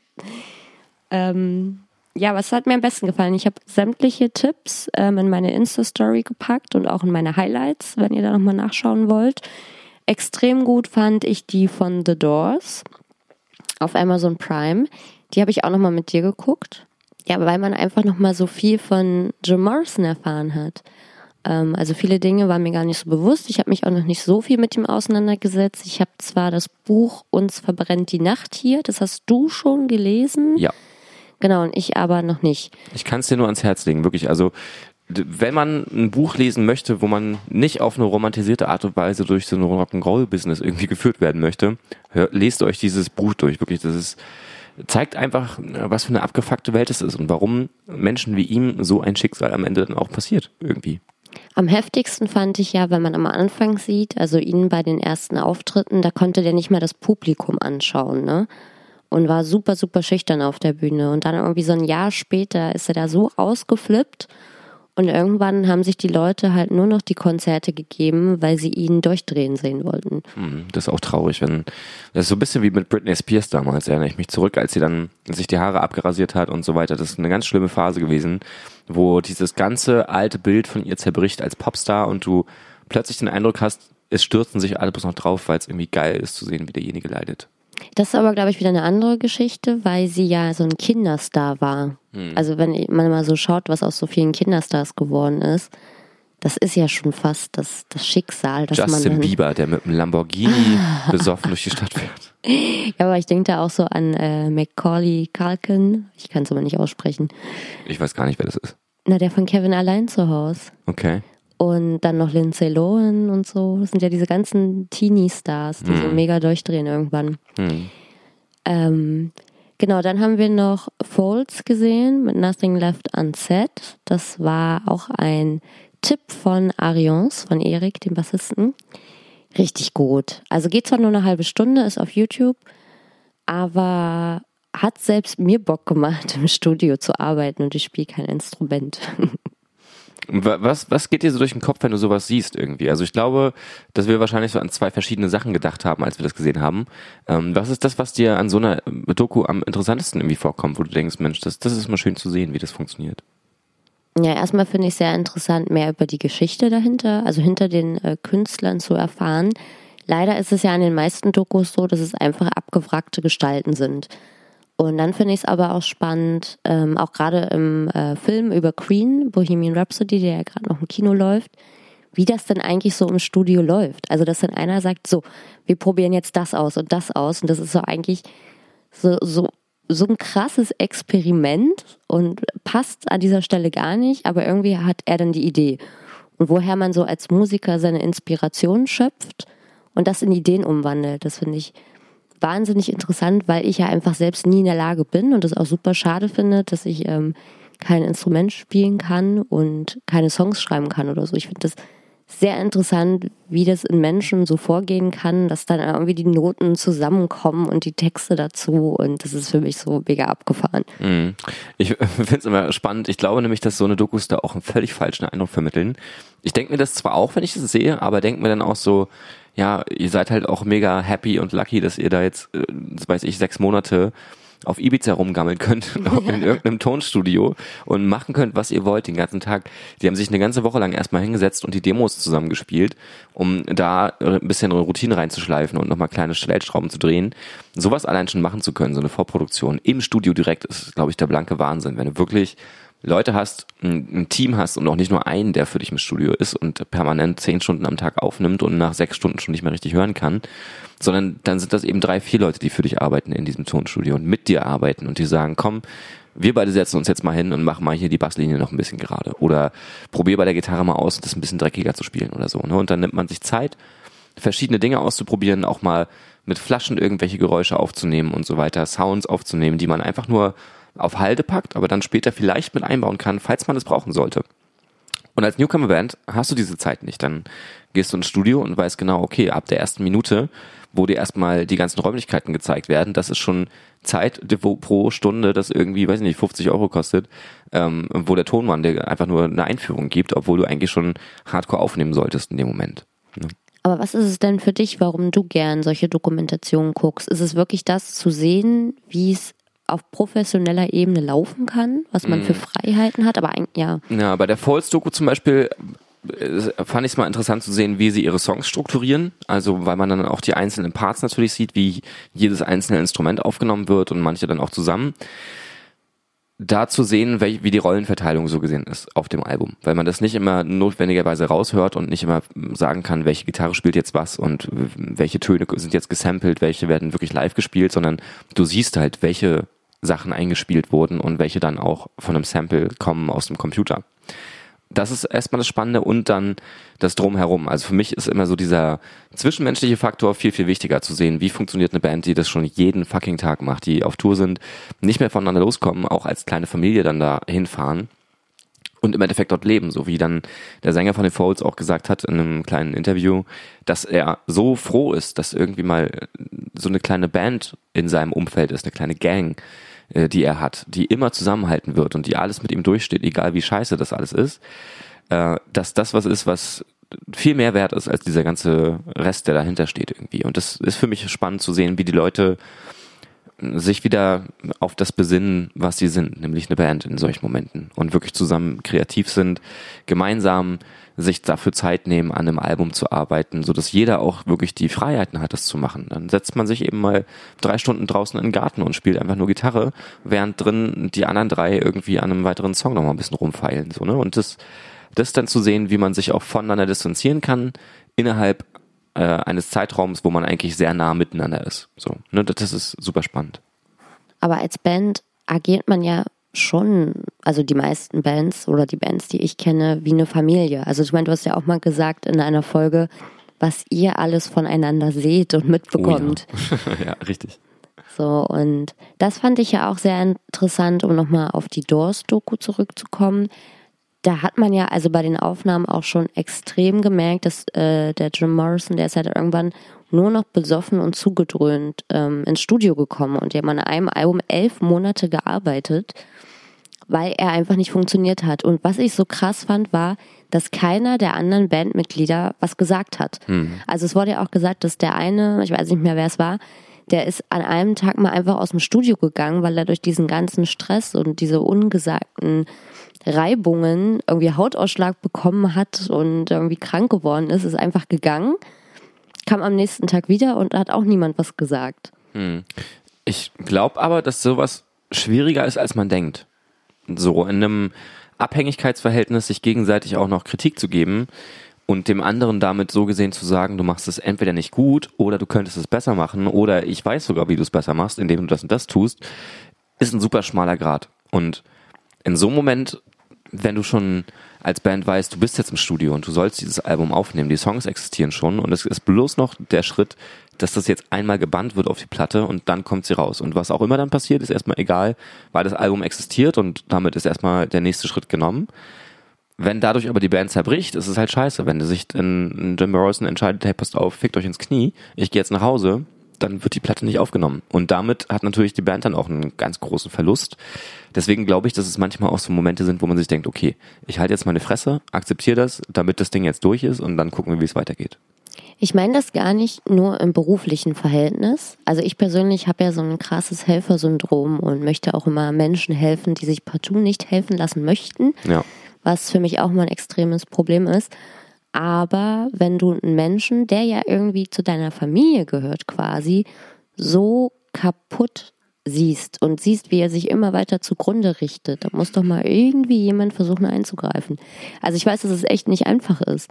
ähm, ja, was hat mir am besten gefallen? Ich habe sämtliche Tipps ähm, in meine Insta-Story gepackt und auch in meine Highlights, wenn ihr da nochmal nachschauen wollt. Extrem gut fand ich die von The Doors auf Amazon Prime. Die habe ich auch nochmal mit dir geguckt. Ja, weil man einfach nochmal so viel von Jim Morrison erfahren hat. Ähm, also viele Dinge waren mir gar nicht so bewusst. Ich habe mich auch noch nicht so viel mit ihm auseinandergesetzt. Ich habe zwar das Buch Uns verbrennt die Nacht hier, das hast du schon gelesen.
Ja.
Genau, und ich aber noch nicht.
Ich kann es dir nur ans Herz legen, wirklich. Also wenn man ein Buch lesen möchte, wo man nicht auf eine romantisierte Art und Weise durch so ein Rock'n'Roll-Business irgendwie geführt werden möchte, hört, lest euch dieses Buch durch. Wirklich, das ist zeigt einfach, was für eine abgefuckte Welt es ist und warum Menschen wie ihm so ein Schicksal am Ende dann auch passiert, irgendwie.
Am heftigsten fand ich ja, wenn man am Anfang sieht, also ihn bei den ersten Auftritten, da konnte der nicht mal das Publikum anschauen, ne? Und war super, super schüchtern auf der Bühne. Und dann irgendwie so ein Jahr später ist er da so ausgeflippt. Und irgendwann haben sich die Leute halt nur noch die Konzerte gegeben, weil sie ihn durchdrehen sehen wollten.
Das ist auch traurig, wenn das ist so ein bisschen wie mit Britney Spears damals, erinnere ich mich zurück, als sie dann sich die Haare abgerasiert hat und so weiter. Das ist eine ganz schlimme Phase gewesen, wo dieses ganze alte Bild von ihr zerbricht als Popstar und du plötzlich den Eindruck hast, es stürzen sich alle bloß noch drauf, weil es irgendwie geil ist zu sehen, wie derjenige leidet.
Das ist aber, glaube ich, wieder eine andere Geschichte, weil sie ja so ein Kinderstar war. Hm. Also wenn man mal so schaut, was aus so vielen Kinderstars geworden ist, das ist ja schon fast das, das Schicksal, dass
Justin
man dann
Bieber, der mit einem Lamborghini besoffen durch die Stadt fährt.
Ja, aber ich denke da auch so an äh, Macaulay Culkin. Ich kann es aber nicht aussprechen.
Ich weiß gar nicht, wer das ist.
Na, der von Kevin allein zu Hause.
Okay.
Und dann noch Lindsay Lohan und so. Das sind ja diese ganzen Teenie-Stars, die hm. so mega durchdrehen irgendwann. Hm. Ähm, genau, dann haben wir noch Folds gesehen mit Nothing Left Unsaid. Das war auch ein Tipp von Arians, von Erik, dem Bassisten. Richtig gut. Also geht zwar nur eine halbe Stunde, ist auf YouTube, aber hat selbst mir Bock gemacht, im Studio zu arbeiten und ich spiele kein Instrument.
Was, was geht dir so durch den Kopf, wenn du sowas siehst irgendwie? Also ich glaube, dass wir wahrscheinlich so an zwei verschiedene Sachen gedacht haben, als wir das gesehen haben. Ähm, was ist das, was dir an so einer Doku am interessantesten irgendwie vorkommt, wo du denkst, Mensch, das, das ist mal schön zu sehen, wie das funktioniert?
Ja, erstmal finde ich sehr interessant, mehr über die Geschichte dahinter, also hinter den äh, Künstlern zu erfahren. Leider ist es ja an den meisten Dokus so, dass es einfach abgewrackte Gestalten sind. Und dann finde ich es aber auch spannend, ähm, auch gerade im äh, Film über Queen, Bohemian Rhapsody, der ja gerade noch im Kino läuft, wie das denn eigentlich so im Studio läuft. Also dass dann einer sagt, so, wir probieren jetzt das aus und das aus. Und das ist so eigentlich so, so so ein krasses Experiment und passt an dieser Stelle gar nicht, aber irgendwie hat er dann die Idee. Und woher man so als Musiker seine Inspiration schöpft und das in Ideen umwandelt, das finde ich wahnsinnig interessant, weil ich ja einfach selbst nie in der Lage bin und das auch super schade finde, dass ich ähm, kein Instrument spielen kann und keine Songs schreiben kann oder so. Ich finde das sehr interessant, wie das in Menschen so vorgehen kann, dass dann irgendwie die Noten zusammenkommen und die Texte dazu und das ist für mich so mega abgefahren.
Mhm. Ich finde es immer spannend. Ich glaube nämlich, dass so eine Dokus da auch einen völlig falschen Eindruck vermitteln. Ich denke mir das zwar auch, wenn ich das sehe, aber denke mir dann auch so, ja, ihr seid halt auch mega happy und lucky, dass ihr da jetzt, das weiß ich, sechs Monate auf Ibiza rumgammeln könnt, in irgendeinem Tonstudio und machen könnt, was ihr wollt den ganzen Tag. Die haben sich eine ganze Woche lang erstmal hingesetzt und die Demos zusammengespielt, um da ein bisschen Routine reinzuschleifen und nochmal kleine Stellschrauben zu drehen. Sowas allein schon machen zu können, so eine Vorproduktion im Studio direkt, ist, glaube ich, der blanke Wahnsinn. Wenn du wirklich Leute hast, ein, ein Team hast und auch nicht nur einen, der für dich im Studio ist und permanent zehn Stunden am Tag aufnimmt und nach sechs Stunden schon nicht mehr richtig hören kann, sondern dann sind das eben drei, vier Leute, die für dich arbeiten in diesem Tonstudio und mit dir arbeiten und die sagen, komm, wir beide setzen uns jetzt mal hin und machen mal hier die Basslinie noch ein bisschen gerade oder probier bei der Gitarre mal aus, das ein bisschen dreckiger zu spielen oder so. Ne? Und dann nimmt man sich Zeit, verschiedene Dinge auszuprobieren, auch mal mit Flaschen irgendwelche Geräusche aufzunehmen und so weiter, Sounds aufzunehmen, die man einfach nur auf Halde packt, aber dann später vielleicht mit einbauen kann, falls man es brauchen sollte. Und als Newcomer-Band hast du diese Zeit nicht. Dann gehst du ins Studio und weißt genau, okay, ab der ersten Minute, wo dir erstmal die ganzen Räumlichkeiten gezeigt werden, das ist schon Zeit wo pro Stunde, das irgendwie, weiß ich nicht, fünfzig Euro kostet, ähm, wo der Tonmann dir einfach nur eine Einführung gibt, obwohl du eigentlich schon Hardcore aufnehmen solltest in dem Moment. Ja.
Aber was ist es denn für dich, warum du gern solche Dokumentationen guckst? Ist es wirklich das zu sehen, wie es auf professioneller Ebene laufen kann, was man mm. für Freiheiten hat, aber eigentlich, ja.
Ja, bei der Falls-Doku zum Beispiel fand ich es mal interessant zu sehen, wie sie ihre Songs strukturieren, also weil man dann auch die einzelnen Parts natürlich sieht, wie jedes einzelne Instrument aufgenommen wird und manche dann auch zusammen. Da zu sehen, wie die Rollenverteilung so gesehen ist auf dem Album, weil man das nicht immer notwendigerweise raushört und nicht immer sagen kann, welche Gitarre spielt jetzt was und welche Töne sind jetzt gesampelt, welche werden wirklich live gespielt, sondern du siehst halt, welche Sachen eingespielt wurden und welche dann auch von einem Sample kommen aus dem Computer. Das ist erstmal das Spannende und dann das Drumherum. Also für mich ist immer so dieser zwischenmenschliche Faktor viel, viel wichtiger zu sehen, wie funktioniert eine Band, die das schon jeden fucking Tag macht, die auf Tour sind, nicht mehr voneinander loskommen, auch als kleine Familie dann da hinfahren und im Endeffekt dort leben, so wie dann der Sänger von den Folds auch gesagt hat in einem kleinen Interview, dass er so froh ist, dass irgendwie mal so eine kleine Band in seinem Umfeld ist, eine kleine Gang, die er hat, die immer zusammenhalten wird und die alles mit ihm durchsteht, egal wie scheiße das alles ist, dass das was ist, was viel mehr wert ist als dieser ganze Rest, der dahinter steht irgendwie. Und das ist für mich spannend zu sehen, wie die Leute sich wieder auf das besinnen, was sie sind, nämlich eine Band in solchen Momenten und wirklich zusammen kreativ sind, gemeinsam sich dafür Zeit nehmen, an einem Album zu arbeiten, so dass jeder auch wirklich die Freiheiten hat, das zu machen. Dann setzt man sich eben mal drei Stunden draußen in den Garten und spielt einfach nur Gitarre, während drin die anderen drei irgendwie an einem weiteren Song noch mal ein bisschen rumfeilen, so, ne? Und das, das dann zu sehen, wie man sich auch voneinander distanzieren kann, innerhalb äh, eines Zeitraums, wo man eigentlich sehr nah miteinander ist, so, ne? Das ist super spannend.
Aber als Band agiert man ja schon, also die meisten Bands oder die Bands, die ich kenne, wie eine Familie. Also ich meine, du hast ja auch mal gesagt in einer Folge, was ihr alles voneinander seht und mitbekommt.
Oh ja. Ja, richtig.
So, und das fand ich ja auch sehr interessant, um nochmal auf die Doors-Doku zurückzukommen. Da hat man ja also bei den Aufnahmen auch schon extrem gemerkt, dass äh, der Jim Morrison, der ist halt irgendwann nur noch besoffen und zugedröhnt ähm, ins Studio gekommen und die haben an einem Album elf Monate gearbeitet, weil er einfach nicht funktioniert hat. Und was ich so krass fand, war, dass keiner der anderen Bandmitglieder was gesagt hat. Mhm. Also es wurde ja auch gesagt, dass der eine, ich weiß nicht mehr, wer es war, Der ist an einem Tag mal einfach aus dem Studio gegangen, weil er durch diesen ganzen Stress und diese ungesagten Reibungen irgendwie Hautausschlag bekommen hat und irgendwie krank geworden ist, ist einfach gegangen, kam am nächsten Tag wieder und hat auch niemand was gesagt.
Hm. Ich glaube aber, dass sowas schwieriger ist, als man denkt. So in einem Abhängigkeitsverhältnis sich gegenseitig auch noch Kritik zu geben und dem anderen damit so gesehen zu sagen, du machst es entweder nicht gut oder du könntest es besser machen oder ich weiß sogar, wie du es besser machst, indem du das und das tust, ist ein super schmaler Grat. Und in so einem Moment, wenn du schon als Band weißt, du bist jetzt im Studio und du sollst dieses Album aufnehmen, die Songs existieren schon und es ist bloß noch der Schritt, dass das jetzt einmal gebannt wird auf die Platte und dann kommt sie raus. Und was auch immer dann passiert, ist erstmal egal, weil das Album existiert und damit ist erstmal der nächste Schritt genommen. Wenn dadurch aber die Band zerbricht, ist es halt scheiße. Wenn sich ein Jim Morrison entscheidet, hey, passt auf, fickt euch ins Knie, ich gehe jetzt nach Hause, dann wird die Platte nicht aufgenommen. Und damit hat natürlich die Band dann auch einen ganz großen Verlust. Deswegen glaube ich, dass es manchmal auch so Momente sind, wo man sich denkt, okay, ich halte jetzt meine Fresse, akzeptiere das, damit das Ding jetzt durch ist und dann gucken wir, wie es weitergeht.
Ich meine das gar nicht nur im beruflichen Verhältnis. Also ich persönlich habe ja so ein krasses Helfersyndrom und möchte auch immer Menschen helfen, die sich partout nicht helfen lassen möchten.
Ja.
Was für mich auch mal ein extremes Problem ist. Aber wenn du einen Menschen, der ja irgendwie zu deiner Familie gehört quasi, so kaputt siehst und siehst, wie er sich immer weiter zugrunde richtet, dann muss doch mal irgendwie jemand versuchen einzugreifen. Also ich weiß, dass es echt nicht einfach ist.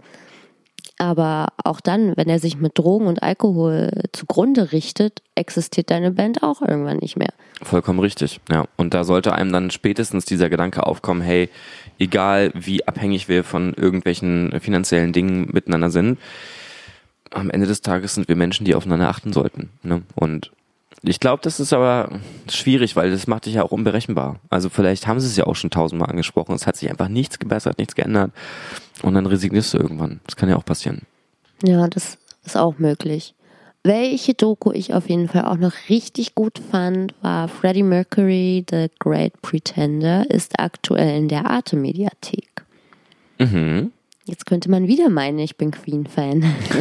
Aber auch dann, wenn er sich mit Drogen und Alkohol zugrunde richtet, existiert deine Band auch irgendwann nicht mehr.
Vollkommen richtig, ja. Und da sollte einem dann spätestens dieser Gedanke aufkommen, hey, egal wie abhängig wir von irgendwelchen finanziellen Dingen miteinander sind, am Ende des Tages sind wir Menschen, die aufeinander achten sollten. Ne? Und ich glaube, das ist aber schwierig, weil das macht dich ja auch unberechenbar. Also vielleicht haben sie es ja auch schon tausendmal angesprochen, es hat sich einfach nichts gebessert, nichts geändert und dann resignierst du irgendwann. Das kann ja auch passieren.
Ja, das ist auch möglich. Welche Doku ich auf jeden Fall auch noch richtig gut fand, war Freddie Mercury, The Great Pretender, ist aktuell in der Arte-Mediathek.
Mhm.
Jetzt könnte man wieder meinen, ich bin Queen-Fan.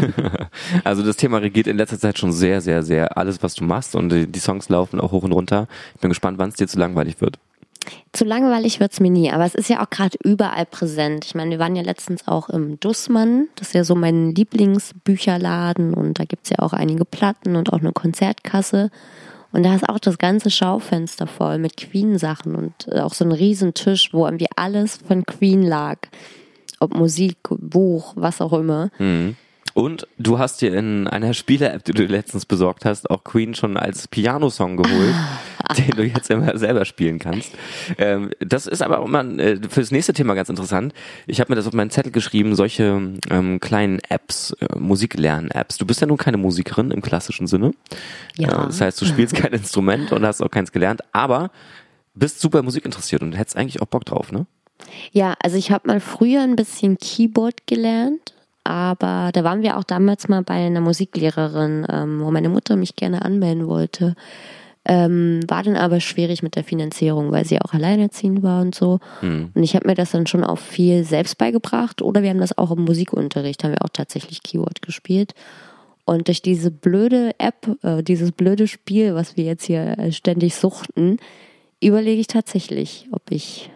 Also das Thema regiert in letzter Zeit schon sehr, sehr, sehr alles, was du machst und die Songs laufen auch hoch und runter. Ich bin gespannt, wann es dir zu langweilig wird.
Zu langweilig wird's mir nie, aber es ist ja auch gerade überall präsent. Ich meine, wir waren ja letztens auch im Dussmann, das ist ja so mein Lieblingsbücherladen und da gibt's ja auch einige Platten und auch eine Konzertkasse. Und da ist auch das ganze Schaufenster voll mit Queen-Sachen und auch so ein Riesentisch, wo irgendwie alles von Queen lag. Ob Musik, Buch, was auch immer.
Mhm. Und du hast dir in einer Spiele-App, die du letztens besorgt hast, auch Queen schon als Piano-Song geholt, den du jetzt immer selber spielen kannst. Ähm, das ist aber auch immer äh, für das nächste Thema ganz interessant. Ich habe mir das auf meinen Zettel geschrieben, solche ähm, kleinen Apps, äh, Musiklernen-Apps. Du bist ja nun keine Musikerin im klassischen Sinne.
Ja.
Äh, das heißt, du spielst kein Instrument und hast auch keins gelernt, aber bist super musikinteressiert und hättest eigentlich auch Bock drauf, ne?
Ja, also ich habe mal früher ein bisschen Keyboard gelernt, aber da waren wir auch damals mal bei einer Musiklehrerin, ähm, wo meine Mutter mich gerne anmelden wollte. Ähm, war dann aber schwierig mit der Finanzierung, weil sie auch alleinerziehend war und so. Mhm. Und ich habe mir das dann schon auch viel selbst beigebracht oder wir haben das auch im Musikunterricht, haben wir auch tatsächlich Keyboard gespielt. Und durch diese blöde App, äh, dieses blöde Spiel, was wir jetzt hier ständig suchten, überlege ich tatsächlich, ob ich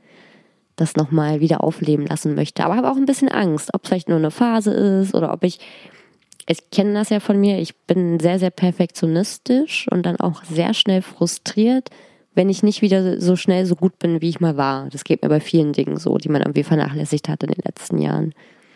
das nochmal wieder aufleben lassen möchte. Aber habe auch ein bisschen Angst, ob es vielleicht nur eine Phase ist oder ob ich, ich kenne das ja von mir, ich bin sehr, sehr perfektionistisch und dann auch sehr schnell frustriert, wenn ich nicht wieder so schnell so gut bin, wie ich mal war. Das geht mir bei vielen Dingen so, die man irgendwie vernachlässigt hat in den letzten Jahren.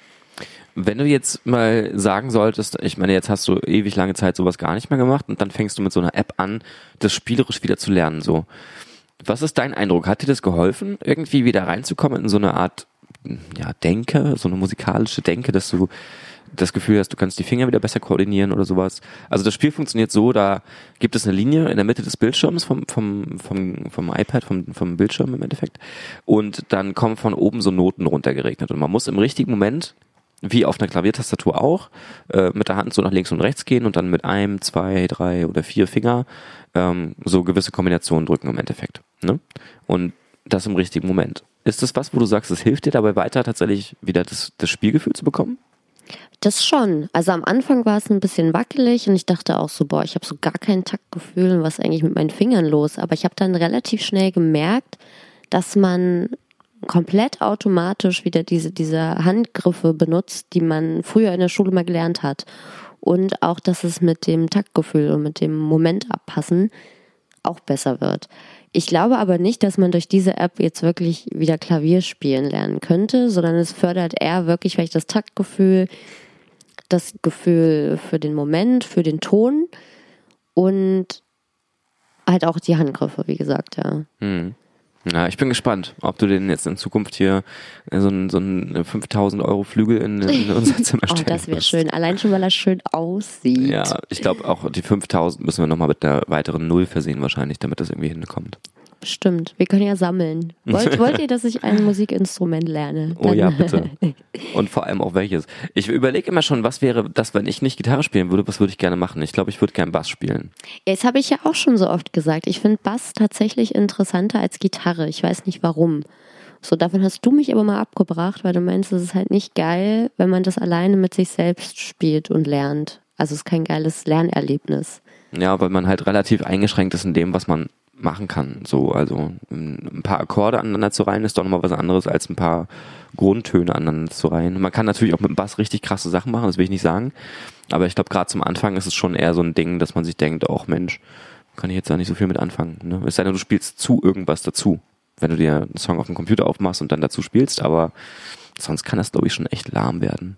Wenn du jetzt mal sagen solltest, ich meine, jetzt hast du ewig lange Zeit sowas gar nicht mehr gemacht und dann fängst du mit so einer App an, das spielerisch wieder zu lernen, so. Was ist dein Eindruck? Hat dir das geholfen, irgendwie wieder reinzukommen in so eine Art, ja, Denke, so eine musikalische Denke, dass du das Gefühl hast, du kannst die Finger wieder besser koordinieren oder sowas? Also das Spiel funktioniert so, da gibt es eine Linie in der Mitte des Bildschirms vom, vom, vom, vom iPad, vom, vom Bildschirm im Endeffekt und dann kommen von oben so Noten runtergeregnet und man muss im richtigen Moment, wie auf einer Klaviertastatur auch, äh, mit der Hand so nach links und rechts gehen und dann mit einem, zwei, drei oder vier Finger ähm, so gewisse Kombinationen drücken im Endeffekt. Ne? Und das im richtigen Moment. Ist das was, wo du sagst, es hilft dir dabei weiter, tatsächlich wieder das, das Spielgefühl zu bekommen?
Das schon. Also am Anfang war es ein bisschen wackelig und ich dachte auch so, boah, ich habe so gar kein Taktgefühl und was ist eigentlich mit meinen Fingern los? Aber ich habe dann relativ schnell gemerkt, dass man komplett automatisch wieder diese, diese Handgriffe benutzt, die man früher in der Schule mal gelernt hat. Und auch, dass es mit dem Taktgefühl und mit dem Moment abpassen auch besser wird. Ich glaube aber nicht, dass man durch diese App jetzt wirklich wieder Klavier spielen lernen könnte, sondern es fördert eher wirklich vielleicht das Taktgefühl, das Gefühl für den Moment, für den Ton und halt auch die Handgriffe, wie gesagt, ja.
Hm. Ja, ich bin gespannt, ob du den jetzt in Zukunft hier so einen, so einen fünftausend Euro Flügel in, in unser Zimmer stellen
Oh, das wäre schön. Allein schon, weil er schön aussieht.
Ja, ich glaube auch die fünftausend müssen wir nochmal mit einer weiteren Null versehen wahrscheinlich, damit das irgendwie hinkommt.
Bestimmt. Wir können ja sammeln. Wollt, wollt ihr, dass ich ein Musikinstrument lerne?
Oh ja, bitte. Und vor allem auch welches. Ich überlege immer schon, was wäre das, wenn ich nicht Gitarre spielen würde, was würde ich gerne machen? Ich glaube, ich würde gerne Bass spielen.
Jetzt habe ich ja auch schon so oft gesagt, ich finde Bass tatsächlich interessanter als Gitarre. Ich weiß nicht warum. So, davon hast du mich aber mal abgebracht, weil du meinst, es ist halt nicht geil, wenn man das alleine mit sich selbst spielt und lernt. Also es ist kein geiles Lernerlebnis.
Ja, weil man halt relativ eingeschränkt ist in dem, was man machen kann. So, also ein paar Akkorde aneinander zu reihen ist doch nochmal was anderes als ein paar Grundtöne aneinander zu reihen. Man kann natürlich auch mit dem Bass richtig krasse Sachen machen, das will ich nicht sagen. Aber ich glaube, gerade zum Anfang ist es schon eher so ein Ding, dass man sich denkt, auch Mensch, kann ich jetzt da nicht so viel mit anfangen. Ne? Es sei denn, du spielst zu irgendwas dazu, wenn du dir einen Song auf dem Computer aufmachst und dann dazu spielst, aber sonst kann das, glaube ich, schon echt lahm werden.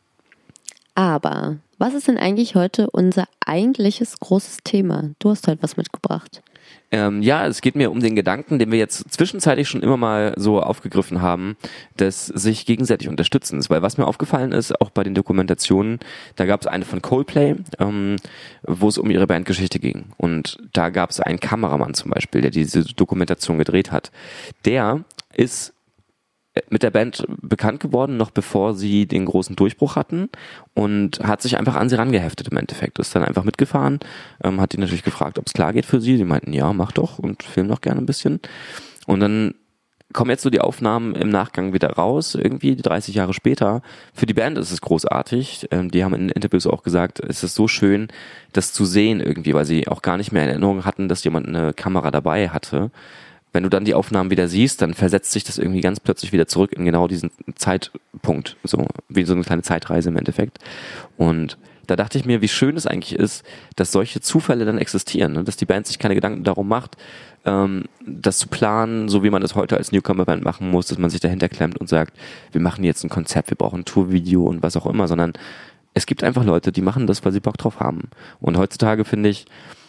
Aber was ist denn eigentlich heute unser eigentliches großes Thema? Du hast heute was mitgebracht.
Ähm, ja, es geht mir um den Gedanken, den wir jetzt zwischenzeitlich schon immer mal so aufgegriffen haben, des sich gegenseitig Unterstützens. Weil was mir aufgefallen ist, auch bei den Dokumentationen, da gab es eine von Coldplay, ähm, wo es um ihre Bandgeschichte ging. Und da gab es einen Kameramann zum Beispiel, der diese Dokumentation gedreht hat. Der ist mit der Band bekannt geworden, noch bevor sie den großen Durchbruch hatten und hat sich einfach an sie rangeheftet im Endeffekt. Ist dann einfach mitgefahren, ähm, hat die natürlich gefragt, ob es klar geht für sie. Sie meinten, ja, mach doch und film doch gerne ein bisschen. Und dann kommen jetzt so die Aufnahmen im Nachgang wieder raus, irgendwie dreißig Jahre später. Für die Band ist es großartig. Ähm, die haben in Interviews auch gesagt, es ist so schön, das zu sehen irgendwie, weil sie auch gar nicht mehr in Erinnerung hatten, dass jemand eine Kamera dabei hatte. Wenn du dann die Aufnahmen wieder siehst, dann versetzt sich das irgendwie ganz plötzlich wieder zurück in genau diesen Zeitpunkt, so wie so eine kleine Zeitreise im Endeffekt. Und da dachte ich mir, wie schön es eigentlich ist, dass solche Zufälle dann existieren, ne? Dass die Band sich keine Gedanken darum macht, ähm, das zu planen, so wie man das heute als Newcomer-Band machen muss, dass man sich dahinter klemmt und sagt, wir machen jetzt ein Konzept, wir brauchen ein Tourvideo und was auch immer, sondern es gibt einfach Leute, die machen das, weil sie Bock drauf haben. Und heutzutage finde ich,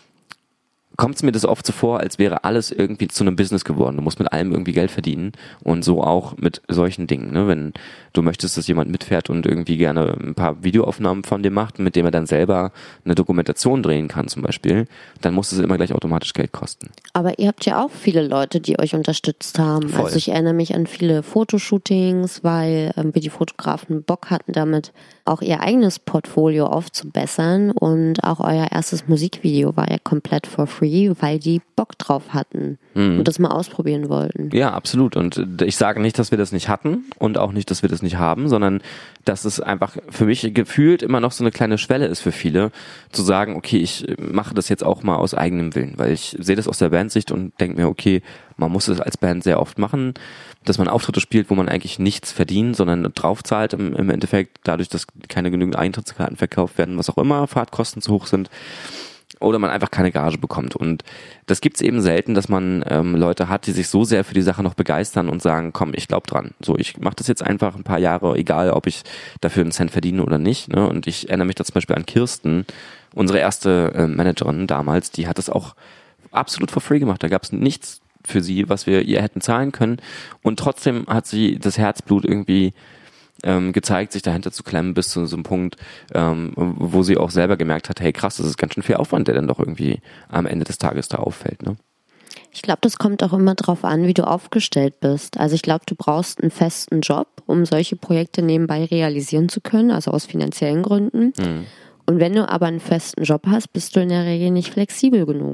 kommt es mir das oft so vor, als wäre alles irgendwie zu einem Business geworden. Du musst mit allem irgendwie Geld verdienen und so auch mit solchen Dingen. Ne? Wenn du möchtest, dass jemand mitfährt und irgendwie gerne ein paar Videoaufnahmen von dir macht, mit dem er dann selber eine Dokumentation drehen kann zum Beispiel, dann muss es immer gleich automatisch Geld kosten.
Aber ihr habt ja auch viele Leute, die euch unterstützt haben.
Voll.
Also ich erinnere mich an viele Fotoshootings, weil ähm, wir die Fotografen Bock hatten, damit auch ihr eigenes Portfolio aufzubessern und auch euer erstes Musikvideo war ja komplett for free, weil die Bock drauf hatten mhm. und das mal ausprobieren wollten.
Ja, absolut. Und ich sage nicht, dass wir das nicht hatten und auch nicht, dass wir das nicht haben, sondern dass es einfach für mich gefühlt immer noch so eine kleine Schwelle ist für viele, zu sagen, okay, ich mache das jetzt auch mal aus eigenem Willen, weil ich sehe das aus der Bandsicht und denke mir, okay, man muss es als Band sehr oft machen, dass man Auftritte spielt, wo man eigentlich nichts verdient, sondern draufzahlt im, im Endeffekt, dadurch, dass keine genügend Eintrittskarten verkauft werden, was auch immer, Fahrtkosten zu hoch sind. Oder man einfach keine Gage bekommt. Und das gibt's eben selten, dass man ähm, Leute hat, die sich so sehr für die Sache noch begeistern und sagen, komm, ich glaub dran. So, ich mache das jetzt einfach ein paar Jahre, egal ob ich dafür einen Cent verdiene oder nicht. Ne? Und ich erinnere mich da zum Beispiel an Kirsten, unsere erste äh, Managerin damals, die hat das auch absolut for free gemacht. Da gab's nichts für sie, was wir ihr hätten zahlen können. Und trotzdem hat sie das Herzblut irgendwie Ähm, gezeigt, sich dahinter zu klemmen bis zu so einem Punkt, ähm, wo sie auch selber gemerkt hat, hey krass, das ist ganz schön viel Aufwand, der dann doch irgendwie am Ende des Tages da auffällt. Ne?
Ich glaube, das kommt auch immer drauf an, wie du aufgestellt bist. Also ich glaube, du brauchst einen festen Job, um solche Projekte nebenbei realisieren zu können, also aus finanziellen Gründen. Mhm. Und wenn du aber einen festen Job hast, bist du in der Regel nicht flexibel genug.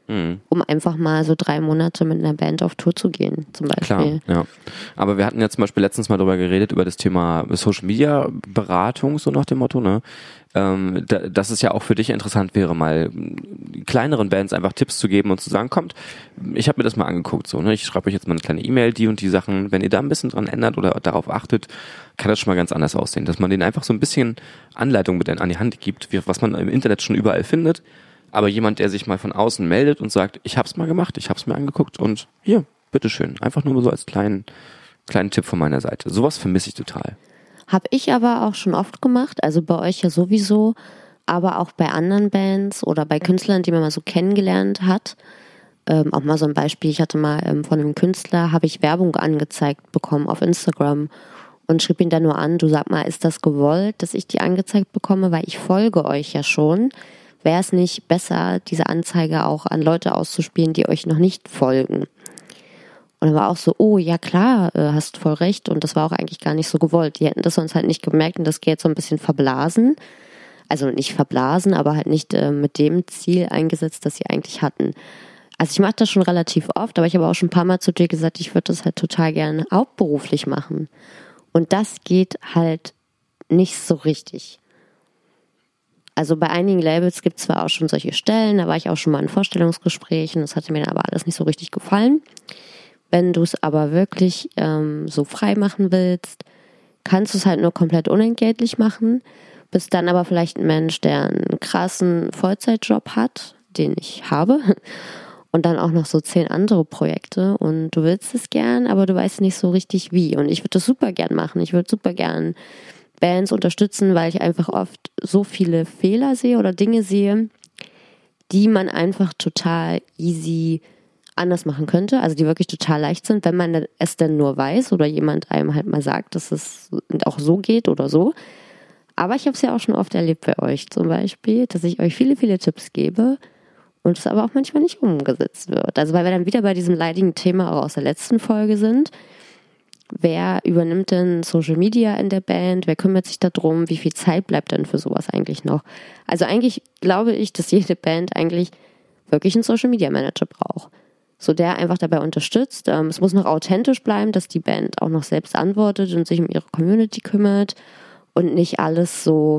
Mhm.
um einfach mal so drei Monate mit einer Band auf Tour zu gehen, zum Beispiel.
Klar, ja. Aber wir hatten ja zum Beispiel letztens mal darüber geredet, über das Thema Social Media Beratung, so nach dem Motto, ne? Ähm, da, dass es ja auch für dich interessant wäre, mal kleineren Bands einfach Tipps zu geben und zu sagen, kommt, ich habe mir das mal angeguckt, so, ne? Ich schreibe euch jetzt mal eine kleine E-Mail, die und die Sachen, wenn ihr da ein bisschen dran ändert oder darauf achtet, kann das schon mal ganz anders aussehen. Dass man denen einfach so ein bisschen Anleitung mit an die Hand gibt, wie, was man im Internet schon überall findet. Aber jemand, der sich mal von außen meldet und sagt, ich hab's mal gemacht, ich hab's mir angeguckt und hier, bitteschön. Einfach nur so als kleinen, kleinen Tipp von meiner Seite. Sowas vermisse ich total.
Habe ich aber auch schon oft gemacht, also bei euch ja sowieso, aber auch bei anderen Bands oder bei Künstlern, die man mal so kennengelernt hat. Ähm, auch mal so ein Beispiel, ich hatte mal ähm, von einem Künstler, habe ich Werbung angezeigt bekommen auf Instagram und schrieb ihn dann nur an, du sag mal, ist das gewollt, dass ich die angezeigt bekomme, weil ich folge euch ja schon. Wäre es nicht besser, diese Anzeige auch an Leute auszuspielen, die euch noch nicht folgen? Und dann war auch so, oh ja klar, hast voll recht und das war auch eigentlich gar nicht so gewollt. Die hätten das sonst halt nicht gemerkt und das geht so ein bisschen verblasen. Also nicht verblasen, aber halt nicht äh, mit dem Ziel eingesetzt, das sie eigentlich hatten. Also ich mache das schon relativ oft, aber ich habe auch schon ein paar Mal zu dir gesagt, ich würde das halt total gerne hauptberuflich machen. Und das geht halt nicht so richtig. Also bei einigen Labels gibt es zwar auch schon solche Stellen, da war ich auch schon mal in Vorstellungsgesprächen, das hatte mir dann aber alles nicht so richtig gefallen. Wenn du es aber wirklich ähm, so frei machen willst, kannst du es halt nur komplett unentgeltlich machen, bist dann aber vielleicht ein Mensch, der einen krassen Vollzeitjob hat, den ich habe, und dann auch noch so zehn andere Projekte und du willst es gern, aber du weißt nicht so richtig wie. Und ich würde das super gern machen, ich würde super gern Bands unterstützen, weil ich einfach oft so viele Fehler sehe oder Dinge sehe, die man einfach total easy anders machen könnte, also die wirklich total leicht sind, wenn man es denn nur weiß oder jemand einem halt mal sagt, dass es auch so geht oder so. Aber ich habe es ja auch schon oft erlebt bei euch zum Beispiel, dass ich euch viele, viele Tipps gebe und es aber auch manchmal nicht umgesetzt wird. Also weil wir dann wieder bei diesem leidigen Thema auch aus der letzten Folge sind. Wer übernimmt denn Social Media in der Band? Wer kümmert sich darum? Wie viel Zeit bleibt denn für sowas eigentlich noch? Also eigentlich glaube ich, dass jede Band eigentlich wirklich einen Social Media Manager braucht. So der einfach dabei unterstützt. Ähm, es muss noch authentisch bleiben, dass die Band auch noch selbst antwortet und sich um ihre Community kümmert und nicht alles so,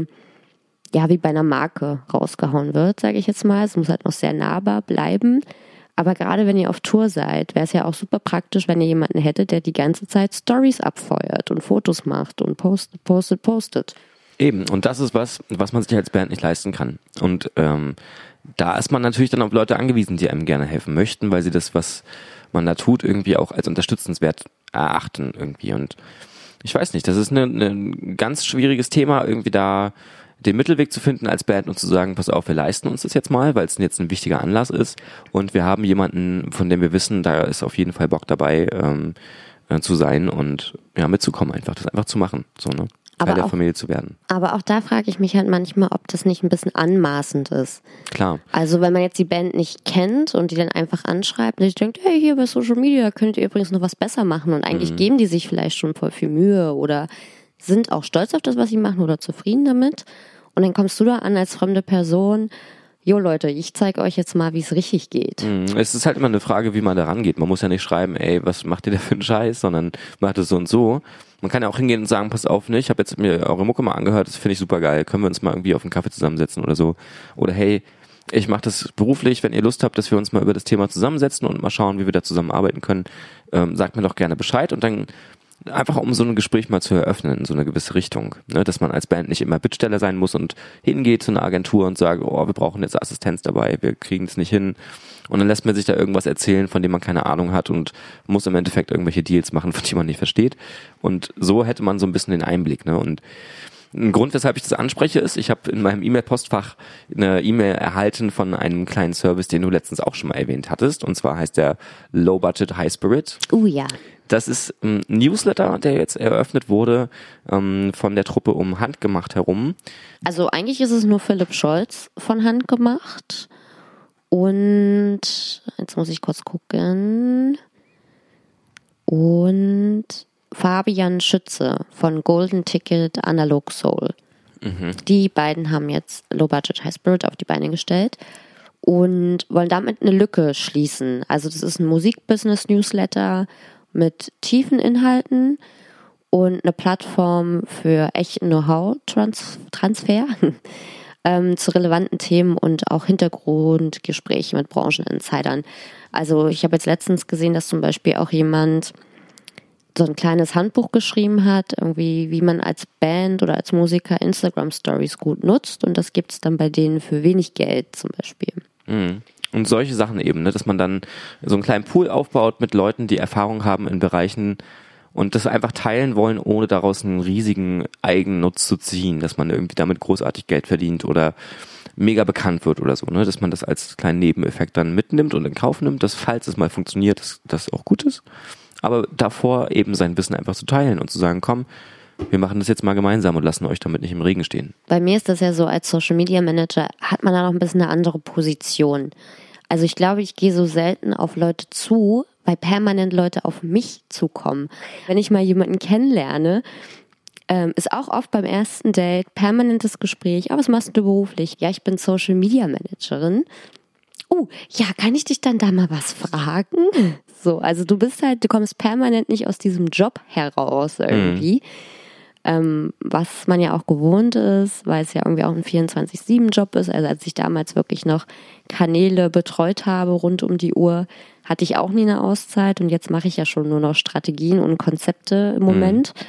ja, wie bei einer Marke rausgehauen wird, sage ich jetzt mal. Es muss halt noch sehr nahbar bleiben. Aber gerade wenn ihr auf Tour seid, wäre es ja auch super praktisch, wenn ihr jemanden hättet, der die ganze Zeit Stories abfeuert und Fotos macht und postet, postet, postet.
Eben, und das ist was, was man sich als Band nicht leisten kann. Und ähm, da ist man natürlich dann auf Leute angewiesen, die einem gerne helfen möchten, weil sie das, was man da tut, irgendwie auch als unterstützenswert erachten irgendwie. Und ich weiß nicht, das ist ein ganz schwieriges Thema, irgendwie da den Mittelweg zu finden als Band und zu sagen, pass auf, wir leisten uns das jetzt mal, weil es jetzt ein wichtiger Anlass ist und wir haben jemanden, von dem wir wissen, da ist auf jeden Fall Bock dabei ähm, äh, zu sein und ja, mitzukommen einfach, das einfach zu machen, so, ne? Teil der
auch,
Familie zu werden.
Aber auch da frage ich mich halt manchmal, ob das nicht ein bisschen anmaßend ist.
Klar.
Also wenn man jetzt die Band nicht kennt und die dann einfach anschreibt und sich denkt, hey, hier bei Social Media könnt ihr übrigens noch was besser machen und eigentlich mhm. geben die sich vielleicht schon voll viel Mühe oder sind auch stolz auf das, was sie machen oder zufrieden damit. Und dann kommst du da an als fremde Person, jo Leute, ich zeige euch jetzt mal, wie es richtig geht.
Es ist halt immer eine Frage, wie man da rangeht. Man muss ja nicht schreiben, ey, was macht ihr da für einen Scheiß, sondern macht es so und so. Man kann ja auch hingehen und sagen, pass auf, ne, ich habe jetzt mir eure Mucke mal angehört, das finde ich super geil, können wir uns mal irgendwie auf einen Kaffee zusammensetzen oder so. Oder hey, ich mache das beruflich, wenn ihr Lust habt, dass wir uns mal über das Thema zusammensetzen und mal schauen, wie wir da zusammenarbeiten können, ähm, sagt mir doch gerne Bescheid und dann einfach um so ein Gespräch mal zu eröffnen in so eine gewisse Richtung, ne, dass man als Band nicht immer Bittsteller sein muss und hingeht zu einer Agentur und sagt, oh, wir brauchen jetzt Assistenz dabei, wir kriegen es nicht hin und dann lässt man sich da irgendwas erzählen, von dem man keine Ahnung hat und muss im Endeffekt irgendwelche Deals machen, von denen man nicht versteht und so hätte man so ein bisschen den Einblick, ne, und ein Grund, weshalb ich das anspreche, ist, ich habe in meinem E-Mail-Postfach eine E-Mail erhalten von einem kleinen Service, den du letztens auch schon mal erwähnt hattest. Und zwar heißt der Low Budget High Spirit.
Oh ja.
Das ist ein Newsletter, der jetzt eröffnet wurde ähm, von der Truppe um Handgemacht herum.
Also eigentlich ist es nur Philipp Scholz von Handgemacht. Und jetzt muss ich kurz gucken. Und Fabian Schütze von Golden Ticket Analog Soul. Mhm. Die beiden haben jetzt Low Budget High Spirit auf die Beine gestellt. und wollen damit eine Lücke schließen. Also das ist ein Musikbusiness-Newsletter mit tiefen Inhalten und eine Plattform für echten Know-how-Transfer ähm, zu relevanten Themen und auch Hintergrundgespräche mit Brancheninsidern. Also ich habe jetzt letztens gesehen, dass zum Beispiel auch jemand so ein kleines Handbuch geschrieben hat, irgendwie wie man als Band oder als Musiker Instagram-Stories gut nutzt, und das gibt es dann bei denen für wenig Geld zum Beispiel.
Mhm. Und solche Sachen eben, ne, dass man dann so einen kleinen Pool aufbaut mit Leuten, die Erfahrung haben in Bereichen und das einfach teilen wollen, ohne daraus einen riesigen Eigennutz zu ziehen, dass man irgendwie damit großartig Geld verdient oder mega bekannt wird oder so, ne, dass man das als kleinen Nebeneffekt dann mitnimmt und in Kauf nimmt, dass, falls es mal funktioniert, dass das auch gut ist. Aber davor eben sein Wissen einfach zu teilen und zu sagen, komm, wir machen das jetzt mal gemeinsam und lassen euch damit nicht im Regen stehen.
Bei mir ist das ja so, als Social Media Manager hat man da noch ein bisschen eine andere Position. Also ich glaube, ich gehe so selten auf Leute zu, weil permanent Leute auf mich zukommen. Wenn ich mal jemanden kennenlerne, ähm, ist auch oft beim ersten Date permanentes Gespräch. Ah, was machst du beruflich? Ja, ich bin Social Media Managerin. Oh, ja, kann ich dich dann da mal was fragen? So, also du bist halt, du kommst permanent nicht aus diesem Job heraus irgendwie. Mhm. Ähm, was man ja auch gewohnt ist, weil es ja irgendwie auch ein vierundzwanzig sieben Job ist. Also als ich damals wirklich noch Kanäle betreut habe rund um die Uhr, hatte ich auch nie eine Auszeit, und jetzt mache ich ja schon nur noch Strategien und Konzepte im Moment. Mhm.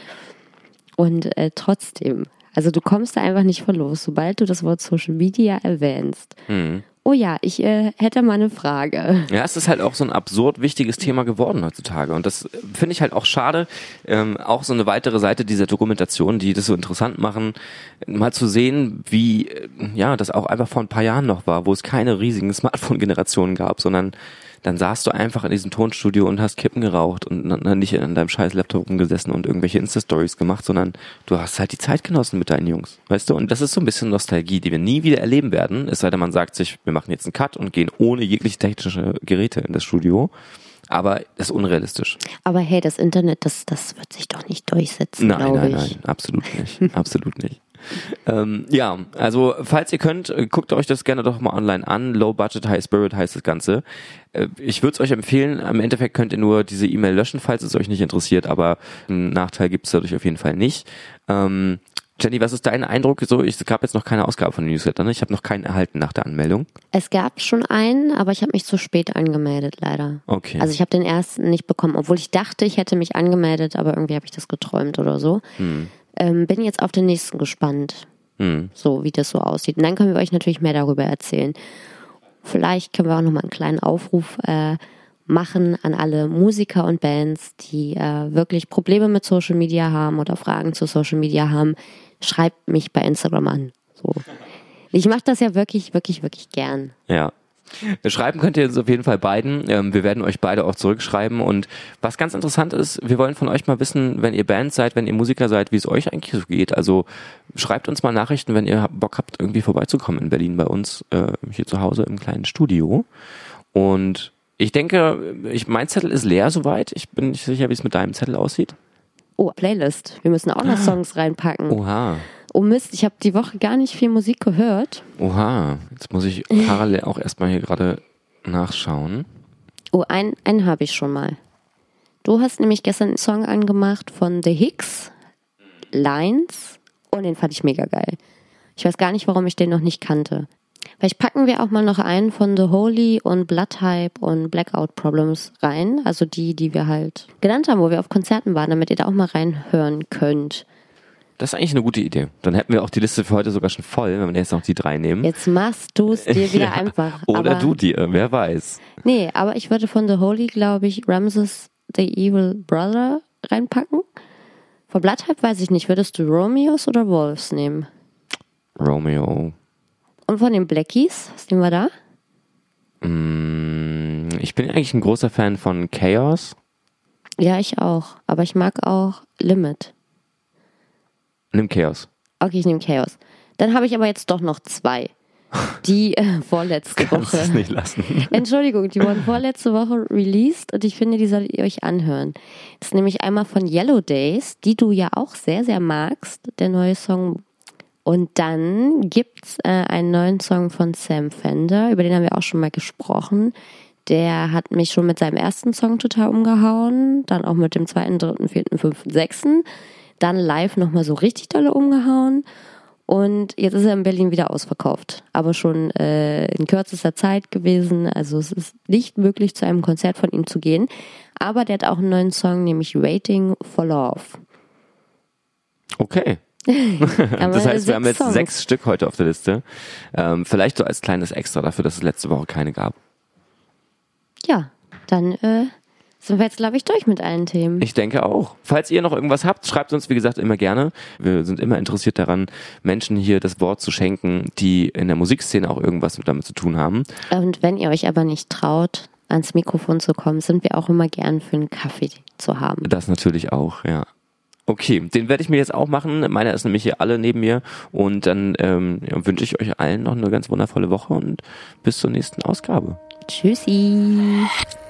Und äh, trotzdem, also du kommst da einfach nicht von los, sobald du das Wort Social Media erwähnst. Mhm. Oh ja, ich äh, hätte mal eine Frage.
Ja, es ist halt auch so ein absurd wichtiges Thema geworden heutzutage. Und das finde ich halt auch schade. Ähm, auch so eine weitere Seite dieser Dokumentation, die das so interessant machen, mal zu sehen, wie ja das auch einfach vor ein paar Jahren noch war, wo es keine riesigen Smartphone-Generationen gab, sondern dann saßt du einfach in diesem Tonstudio und hast Kippen geraucht und dann nicht an deinem scheiß Laptop rumgesessen und irgendwelche Insta-Stories gemacht, sondern du hast halt die Zeit genossen mit deinen Jungs, weißt du? Und das ist so ein bisschen Nostalgie, die wir nie wieder erleben werden, es sei denn, man sagt sich, wir machen jetzt einen Cut und gehen ohne jegliche technische Geräte in das Studio. Aber das ist unrealistisch.
Aber hey, das Internet, das, das wird sich doch nicht durchsetzen,
nein,
glaube
nein,
ich.
Nein, nein, absolut nicht. Absolut nicht. ähm, ja, also falls ihr könnt, guckt euch das gerne doch mal online an. Low Budget, High Spirit heißt das Ganze. Äh, ich würde es euch empfehlen. Im Endeffekt könnt ihr nur diese E-Mail löschen, falls es euch nicht interessiert, aber einen Nachteil gibt es dadurch auf jeden Fall nicht. Ähm, Jenny, was ist dein Eindruck? So, ich gab jetzt noch keine Ausgabe von den Newsletter, ne? Ich habe noch keinen erhalten nach der Anmeldung.
Es gab schon einen, aber ich habe mich zu spät angemeldet, leider.
Okay.
Also ich habe den ersten nicht bekommen, obwohl ich dachte, ich hätte mich angemeldet, aber irgendwie habe ich das geträumt oder so. Hm. Ähm, bin jetzt auf den nächsten gespannt, hm. so wie das so aussieht. Und dann können wir euch natürlich mehr darüber erzählen. Vielleicht können wir auch nochmal einen kleinen Aufruf äh, machen an alle Musiker und Bands, die äh, wirklich Probleme mit Social Media haben oder Fragen zu Social Media haben. Schreibt mich bei Instagram an. So. Ich mache das ja wirklich, wirklich, wirklich gern.
Ja. Schreiben könnt ihr uns auf jeden Fall beiden. Wir werden euch beide auch zurückschreiben. Und was ganz interessant ist, wir wollen von euch mal wissen, wenn ihr Band seid, wenn ihr Musiker seid, wie es euch eigentlich so geht. Also schreibt uns mal Nachrichten, wenn ihr Bock habt, irgendwie vorbeizukommen in Berlin bei uns, hier zu Hause im kleinen Studio. Und ich denke, ich, mein Zettel ist leer soweit. Ich bin nicht sicher, wie es mit deinem Zettel aussieht.
Oh, Playlist. Wir müssen auch noch Songs reinpacken.
Oha.
Oh Mist, ich habe die Woche gar nicht viel Musik gehört.
Oha, jetzt muss ich parallel auch erstmal hier gerade nachschauen.
Oh, einen, einen habe ich schon mal. Du hast nämlich gestern einen Song angemacht von The Hicks, Lines, und den fand ich mega geil. Ich weiß gar nicht, warum ich den noch nicht kannte. Vielleicht packen wir auch mal noch einen von The Holy und Blood Hype und Blackout Problems rein. Also die, die wir halt genannt haben, wo wir auf Konzerten waren, damit ihr da auch mal reinhören könnt.
Das ist eigentlich eine gute Idee. Dann hätten wir auch die Liste für heute sogar schon voll, wenn wir jetzt noch die drei nehmen.
Jetzt machst du es dir wieder ja, einfach.
Oder
aber,
du dir, wer weiß.
Nee, aber ich würde von The Holy, glaube ich, Ramses the Evil Brother reinpacken. Von Blood Hype weiß ich nicht. Würdest du Romeos oder Wolves nehmen?
Romeo.
Und von den Blackies, was nehmen wir da?
Mm, ich bin eigentlich ein großer Fan von Chaos.
Ja, ich auch. Aber ich mag auch Limit.
Nimm Chaos.
Okay, ich nehme Chaos. Dann habe ich aber jetzt doch noch zwei. Die äh, vorletzte
Kannst
Woche.
Es nicht lassen.
Entschuldigung, die wurden vorletzte Woche released und ich finde, die solltet ihr euch anhören. Das ist nämlich einmal von Yellow Days, die du ja auch sehr, sehr magst. Der neue Song Und dann gibt's äh, einen neuen Song von Sam Fender, über den haben wir auch schon mal gesprochen. Der hat mich schon mit seinem ersten Song total umgehauen, dann auch mit dem zweiten, dritten, vierten, fünften, sechsten, dann live nochmal so richtig dolle umgehauen und jetzt ist er in Berlin wieder ausverkauft, aber schon äh, in kürzester Zeit gewesen, also es ist nicht möglich, zu einem Konzert von ihm zu gehen, aber der hat auch einen neuen Song, nämlich Waiting for Love.
Okay. Das heißt, wir haben jetzt Songs. sechs Stück heute auf der Liste. Ähm, vielleicht so als kleines Extra dafür, dass es letzte Woche keine gab.
Ja, dann äh, sind wir jetzt, glaube ich, durch mit allen Themen.
Ich denke auch. Falls ihr noch irgendwas habt, schreibt uns, wie gesagt, immer gerne. Wir sind immer interessiert daran, Menschen hier das Wort zu schenken, die in der Musikszene auch irgendwas damit zu tun haben.
Und wenn ihr euch aber nicht traut, ans Mikrofon zu kommen, sind wir auch immer gern für einen Kaffee zu haben.
Das natürlich auch, ja. Okay, den werde ich mir jetzt auch machen. Meiner ist nämlich hier alle neben mir. Und dann ähm, ja, wünsche ich euch allen noch eine ganz wundervolle Woche und bis zur nächsten Ausgabe.
Tschüssi.